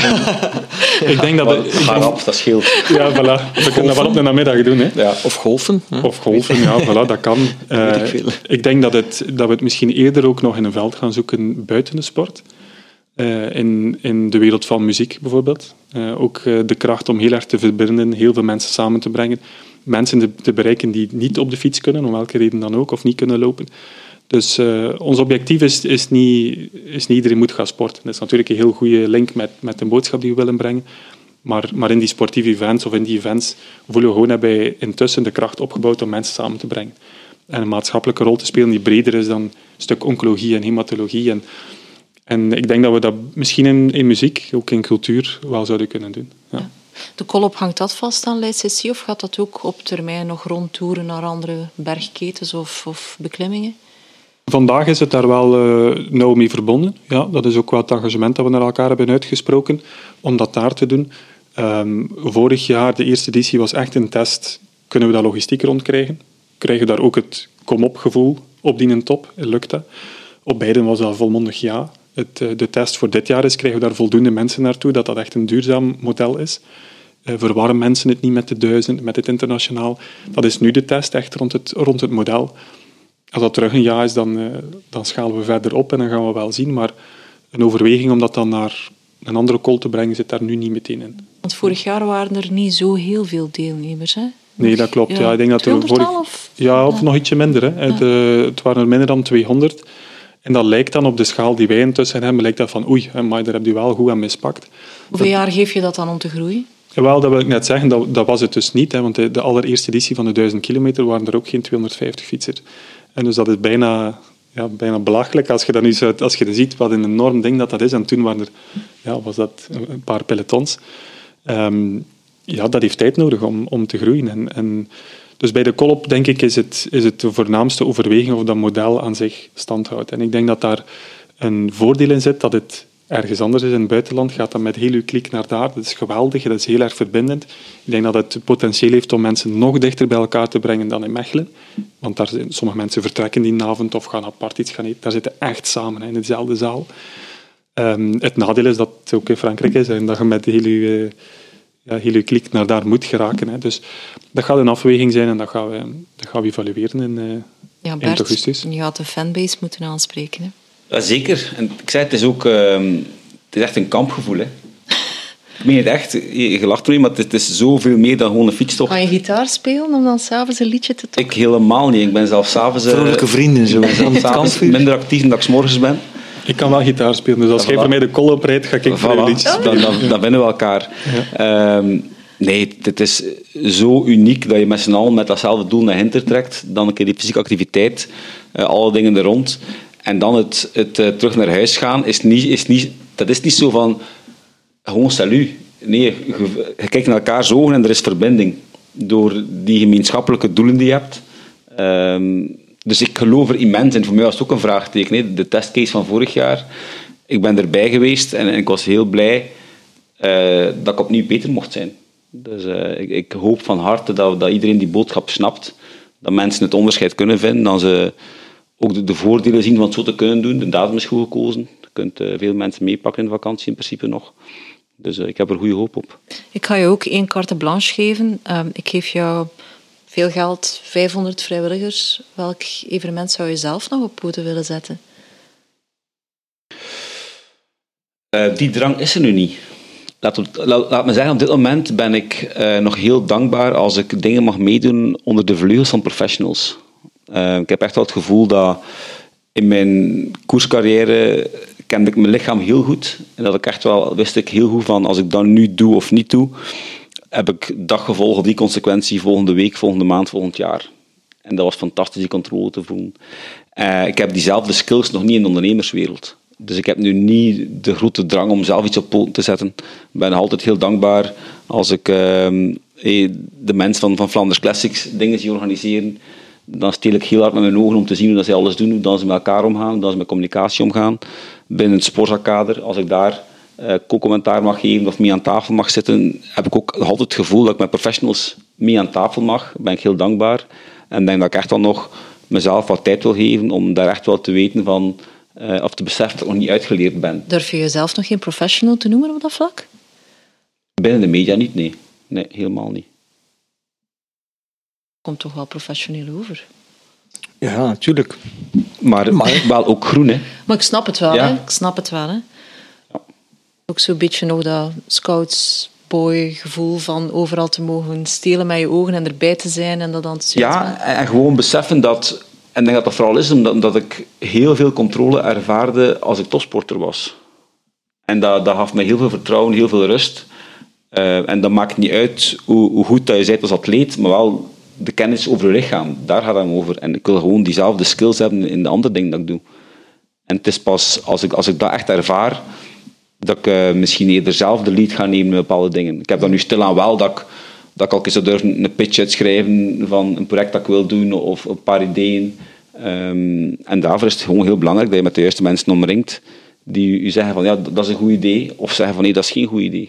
Ik denk dat dat scheelt. Ja, voilà. We kunnen dat wel op een namiddag doen. Hè. Ja. Of golfen. Hè? Of golfen, ja, voilà, dat kan. Ik denk dat we het misschien eerder ook nog in een veld gaan zoeken buiten de sport. In de wereld van muziek bijvoorbeeld. Ook de kracht om heel erg te verbinden, heel veel mensen samen te brengen. Mensen te bereiken die niet op de fiets kunnen, om welke reden dan ook, of niet kunnen lopen. Dus ons objectief is niet iedereen moet gaan sporten. Dat is natuurlijk een heel goede link met de boodschap die we willen brengen. Maar in die sportieve events of in die events voelen we gewoon dat wij intussen de kracht opgebouwd om mensen samen te brengen. En een maatschappelijke rol te spelen die breder is dan een stuk oncologie en hematologie. En ik denk dat we dat misschien in muziek, ook in cultuur, wel zouden kunnen doen. Ja. De Collop, hangt dat vast aan Leidse of gaat dat ook op termijn nog rondtoeren naar andere bergketens of beklimmingen? Vandaag is het daar wel nauw mee verbonden. Ja, dat is ook wel het engagement dat we naar elkaar hebben uitgesproken om dat daar te doen. Vorig jaar, de eerste editie, was echt een test. Kunnen we dat logistiek rondkrijgen? Krijgen we daar ook het kom-op gevoel op die top? Lukt dat? Op beide was dat volmondig ja. De test voor dit jaar is, krijgen we daar voldoende mensen naartoe, dat echt een duurzaam model is. Verwarren mensen het niet met de 1000, met het internationaal. Dat is nu de test, echt rond het model. Als dat terug een ja is, dan schalen we verder op en dan gaan we wel zien. Maar een overweging om dat dan naar een andere call te brengen, zit daar nu niet meteen in. Want vorig jaar waren er niet zo heel veel deelnemers, hè? Nee, dat klopt. Ja, ik denk dat er of nog ietsje minder. Hè. Ja. Het waren er minder dan 200. En dat lijkt dan op de schaal die wij intussen hebben, lijkt dat van oei, maar daar heb je wel goed aan mispakt. Hoeveel jaar geef je dat dan om te groeien? Wel, dat wil ik net zeggen, dat was het dus niet. Hè, want de allereerste editie van de 1000 kilometer waren er ook geen 250 fietsers. En dus dat is bijna belachelijk als je dat nu ziet wat een enorm ding dat is. En toen waren was dat een paar pelotons. Dat heeft tijd nodig om te groeien. En dus bij de Collop, denk ik, is het de voornaamste overweging of dat model aan zich stand houdt. En ik denk dat daar een voordeel in zit dat het ergens anders is in het buitenland. Gaat dat met heel uw klik naar daar. Dat is geweldig, dat is heel erg verbindend. Ik denk dat het potentieel heeft om mensen nog dichter bij elkaar te brengen dan in Mechelen. Want daar zijn sommige mensen vertrekken die avond of gaan apart iets gaan eten. Daar zitten echt samen in dezelfde zaal. Het nadeel is dat het ook in Frankrijk is en dat je met heel uw klik naar daar moet geraken. Hè. Dus dat gaat een afweging zijn en dat gaan we evalueren Ja, eind Bert, augustus. je gaat de fanbase moeten aanspreken. Hè? Ja, zeker. En ik zei, het is ook het is echt een kampgevoel. Hè. Ik meen het echt, je lacht ermee, maar het is zoveel meer dan gewoon een fietstocht. Kan je gitaar spelen om dan s'avonds een liedje te toppen? Ik helemaal niet. Ik ben zelfs s'avonds... Vrolijke vrienden, zo. Ik ben zelfs 's avonds minder actief dan dat ik 's morgens ben. Ik kan wel gitaar spelen, dus als jij voor mij de kol oprijdt, ga ik voor je Voilà, liedjes spelen. dan vinden we elkaar. Nee, het is zo uniek dat je met z'n allen met datzelfde doel naar Hinter trekt. Dan een keer die fysieke activiteit, alle dingen er rond. En dan het terug naar huis gaan, dat is niet zo van gewoon salut. Nee, je kijkt naar elkaars ogen en er is verbinding. Door die gemeenschappelijke doelen die je hebt. Dus ik geloof er immens in. Voor mij was het ook een vraagteken. Hè. De testcase van vorig jaar. Ik ben erbij geweest en ik was heel blij dat ik opnieuw beter mocht zijn. Dus ik hoop van harte dat iedereen die boodschap snapt. Dat mensen het onderscheid kunnen vinden. Dat ze ook de voordelen zien van het zo te kunnen doen. De datum is goed gekozen. Je kunt veel mensen meepakken in de vakantie in principe nog. Dus ik heb er goede hoop op. Ik ga je ook 1 carte blanche geven. Ik geef jou veel geld, 500 vrijwilligers. Welk evenement zou je zelf nog op poten willen zetten? Die drang is er nu niet. Laat me zeggen, op dit moment ben ik nog heel dankbaar als ik dingen mag meedoen onder de vleugels van professionals. Ik heb echt wel het gevoel dat in mijn koerscarrière kende ik mijn lichaam heel goed. En dat ik echt wel wist ik heel goed van als ik dat nu doe of niet doe, heb ik dat gevolg of die consequentie volgende week, volgende maand, volgend jaar. En dat was fantastisch, die controle te voelen. Ik heb diezelfde skills nog niet in de ondernemerswereld. Dus ik heb nu niet de grote drang om zelf iets op poten te zetten. Ik ben altijd heel dankbaar als ik de mensen van Flanders Classics dingen zie organiseren. Dan steel ik heel hard met mijn ogen om te zien hoe dat zij alles doen, hoe dat ze met elkaar omgaan, hoe dat ze met communicatie omgaan. Binnen het Sporza-kader, als ik daar co-commentaar mag geven of mee aan tafel mag zitten, heb ik ook altijd het gevoel dat ik met professionals mee aan tafel mag. Ben ik heel dankbaar. En denk dat ik echt wel nog mezelf wat tijd wil geven om daar echt wel te weten van, of te beseffen dat ik nog niet uitgeleerd ben. Durf je jezelf nog geen professional te noemen op dat vlak? Binnen de media niet, nee. Nee, helemaal niet. Komt toch wel professioneel over? Ja, natuurlijk. Maar wel ook groen, hè. Maar ik snap het wel, Ja. hè. Ik snap het wel, hè. Ja. Ook zo'n beetje nog dat scoutsboy gevoel van overal te mogen stelen met je ogen en erbij te zijn en dat dan te zien. Ja, en gewoon beseffen dat... En ik denk dat dat vooral is omdat ik heel veel controle ervaarde als ik topsporter was. En dat gaf me heel veel vertrouwen, heel veel rust. En dat maakt niet uit hoe goed dat je bent als atleet, maar wel de kennis over je lichaam. Daar gaat het over. En ik wil gewoon diezelfde skills hebben in de andere dingen dat ik doe. En het is pas als ik dat echt ervaar, dat ik misschien eerder zelf de lead ga nemen met bepaalde dingen. Ik heb dan nu stilaan wel dat ik al eens zou durven een pitch uitschrijven van een project dat ik wil doen of een paar ideeën. En daarvoor is het gewoon heel belangrijk dat je met de juiste mensen omringt die u zeggen van ja, dat is een goed idee, of zeggen van nee, dat is geen goed idee.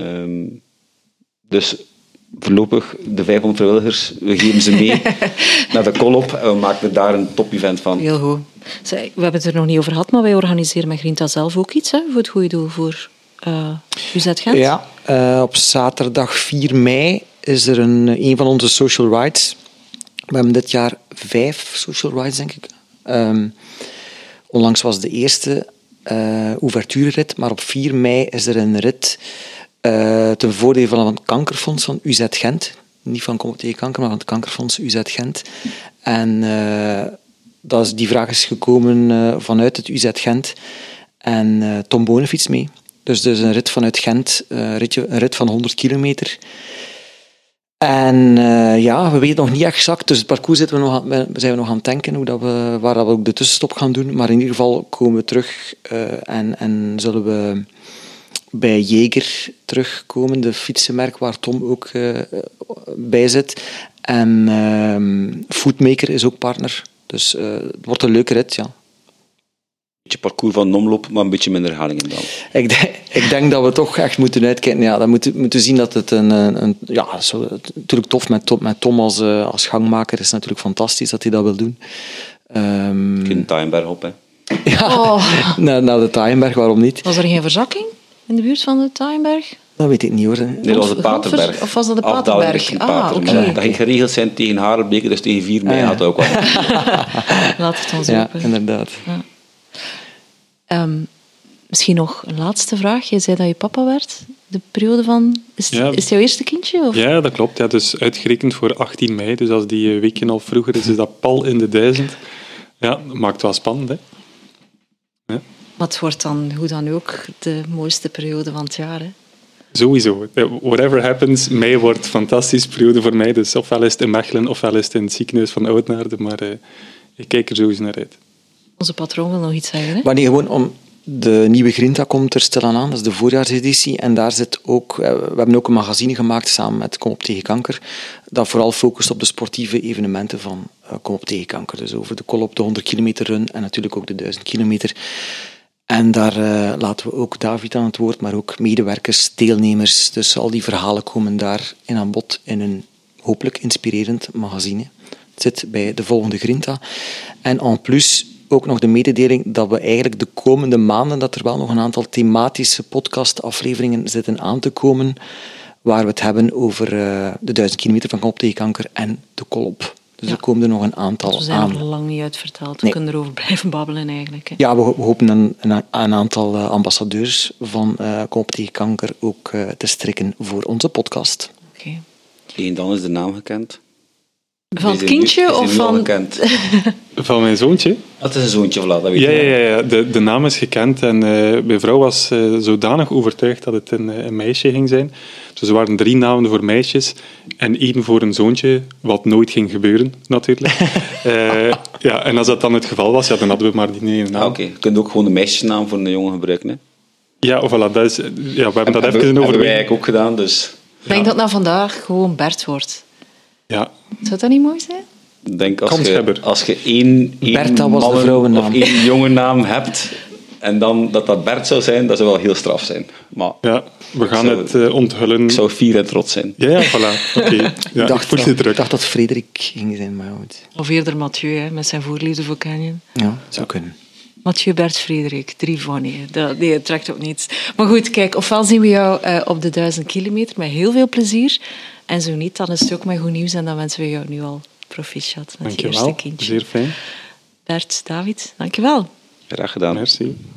Dus voorlopig de 500 vrijwilligers, we geven ze mee naar de Kolop en we maken er daar een top-event van. Heel goed. Zeg, we hebben het er nog niet over gehad, maar wij organiseren met Grinta zelf ook iets, hè, voor het goede doel, voor UZ Gent. Ja, op zaterdag 4 mei is er een van onze social rides. We hebben dit jaar 5 social rides, denk ik. Onlangs was de eerste ouverturerit, maar op 4 mei is er een rit ten voordele van het kankerfonds van UZ Gent. Niet van Kom tegen Kanker, maar van het kankerfonds UZ Gent. En die vraag is gekomen vanuit het UZ Gent. En Tom Bonen fietst mee. Dus een rit vanuit Gent, een rit van 100 kilometer. En we weten nog niet exact, dus het parcours zijn we nog aan het denken waar we ook de tussenstop gaan doen. Maar in ieder geval komen we terug en zullen we bij Jaeger terugkomen, de fietsenmerk waar Tom ook bij zit. En Foodmaker is ook partner. Dus het wordt een leuke rit, ja. Een beetje parcours van een omloop, maar een beetje minder herhalingen dan. Ik denk dat we toch echt moeten uitkijken. Ja, dan moeten zien dat het natuurlijk tof met Tom als gangmaker is natuurlijk fantastisch dat hij dat wil doen. Je kunt een Taaienberg op, hè. Ja, naar de Taaienberg, waarom niet? Was er geen verzakking in de buurt van de Taaienberg? Dat weet ik niet hoor. Nee, dat was de Paterberg. Of was dat de Afdaling Paterberg? richting Paterberg. Oké. Dat ging geregeld zijn tegen Harelbeke, dus tegen 4 mei had het ook wel. Laat het ons Ja, open. inderdaad. Misschien nog een laatste vraag. Jij zei dat je papa werd. De periode van... Is het jouw eerste kindje? Of? Ja, dat klopt. Ja, dus uitgerekend voor 18 mei. Dus als die weken al vroeger is, is dat pal in de 1000. Ja, dat maakt het wel spannend, hè. Ja. Maar het wordt dan, hoe dan ook, de mooiste periode van het jaar. Hè? Sowieso. Whatever happens, mei wordt een fantastische periode voor mij. Dus ofwel is het in Mechelen, ofwel is het in het ziekenhuis van Oudenaarde. Maar ik kijk er sowieso naar uit. Onze patroon wil nog iets zeggen. Hè? Wanneer gewoon om... De nieuwe Grinta komt er stilaan aan, dat is de voorjaarseditie. En daar zit ook... We hebben ook een magazine gemaakt samen met Kom op tegen kanker, dat vooral focust op de sportieve evenementen van Kom op tegen kanker. Dus over de kolop, de 100 kilometer run en natuurlijk ook de 1000 kilometer. En daar laten we ook David aan het woord, maar ook medewerkers, deelnemers. Dus al die verhalen komen daarin aan bod in een hopelijk inspirerend magazine. Het zit bij de volgende Grinta. En en plus ook nog de mededeling dat we eigenlijk de komende maanden, dat er wel nog een aantal thematische podcastafleveringen zitten aan te komen, waar we het hebben over de 1000 kilometer van Kom op tegen kanker en de kolop. Dus er komen er nog een aantal We zijn aan. nog lang niet uitverteld. We Nee. kunnen erover blijven babbelen eigenlijk. Hè. Ja, we hopen een aantal ambassadeurs van Kom op tegen kanker ook te strikken voor onze podcast. Oké. En dan is de naam gekend. Van het Is hij kindje nu- is hij of nu al van... gekend? Van mijn zoontje? Dat is een zoontje, voilà, dat weet Ja, ik wel. de naam is gekend en mijn vrouw was zodanig overtuigd dat het een meisje ging zijn. Dus er waren 3 namen voor meisjes en 1 voor een zoontje, wat nooit ging gebeuren, natuurlijk. Ja, en als dat dan het geval was, ja, dan hadden we maar die ene naam. Oké. Je kunt ook gewoon de meisjesnaam voor een jongen gebruiken. Hè. Ja, voilà, dat is, ja, we hebben dat even hebben wij overwegen. eigenlijk ook gedaan, dus... Ik denk dat nou vandaag gewoon Bert wordt. Ja, Zou dat niet mooi zijn? Ik denk Kanshebber. als je één Bertha was de mannen- vrouwennaam. of één jonge naam hebt en dan dat Bert zou zijn, dat zou wel heel straf zijn. Maar ja, we gaan Zou- het onthullen. ik zou fier en trots zijn. Ja, voilà, oké. Ja, ik voel de druk. Ik dacht dat Frederik ging zijn, maar goed. Of eerder Mathieu, hè, met zijn voorliefde voor Canyon. Ja, zou kunnen. Mathieu, Bert, Frederik. 3 van nee. Nee, het trekt op niets. Maar goed, kijk, ofwel zien we jou op de 1000 kilometer met heel veel plezier. En zo niet, dan is het ook maar goed nieuws. En dan wensen we jou nu al proficiat met je eerste Dankjewel, kindje. zeer fijn. Bert, David, dankjewel. Graag gedaan. Merci.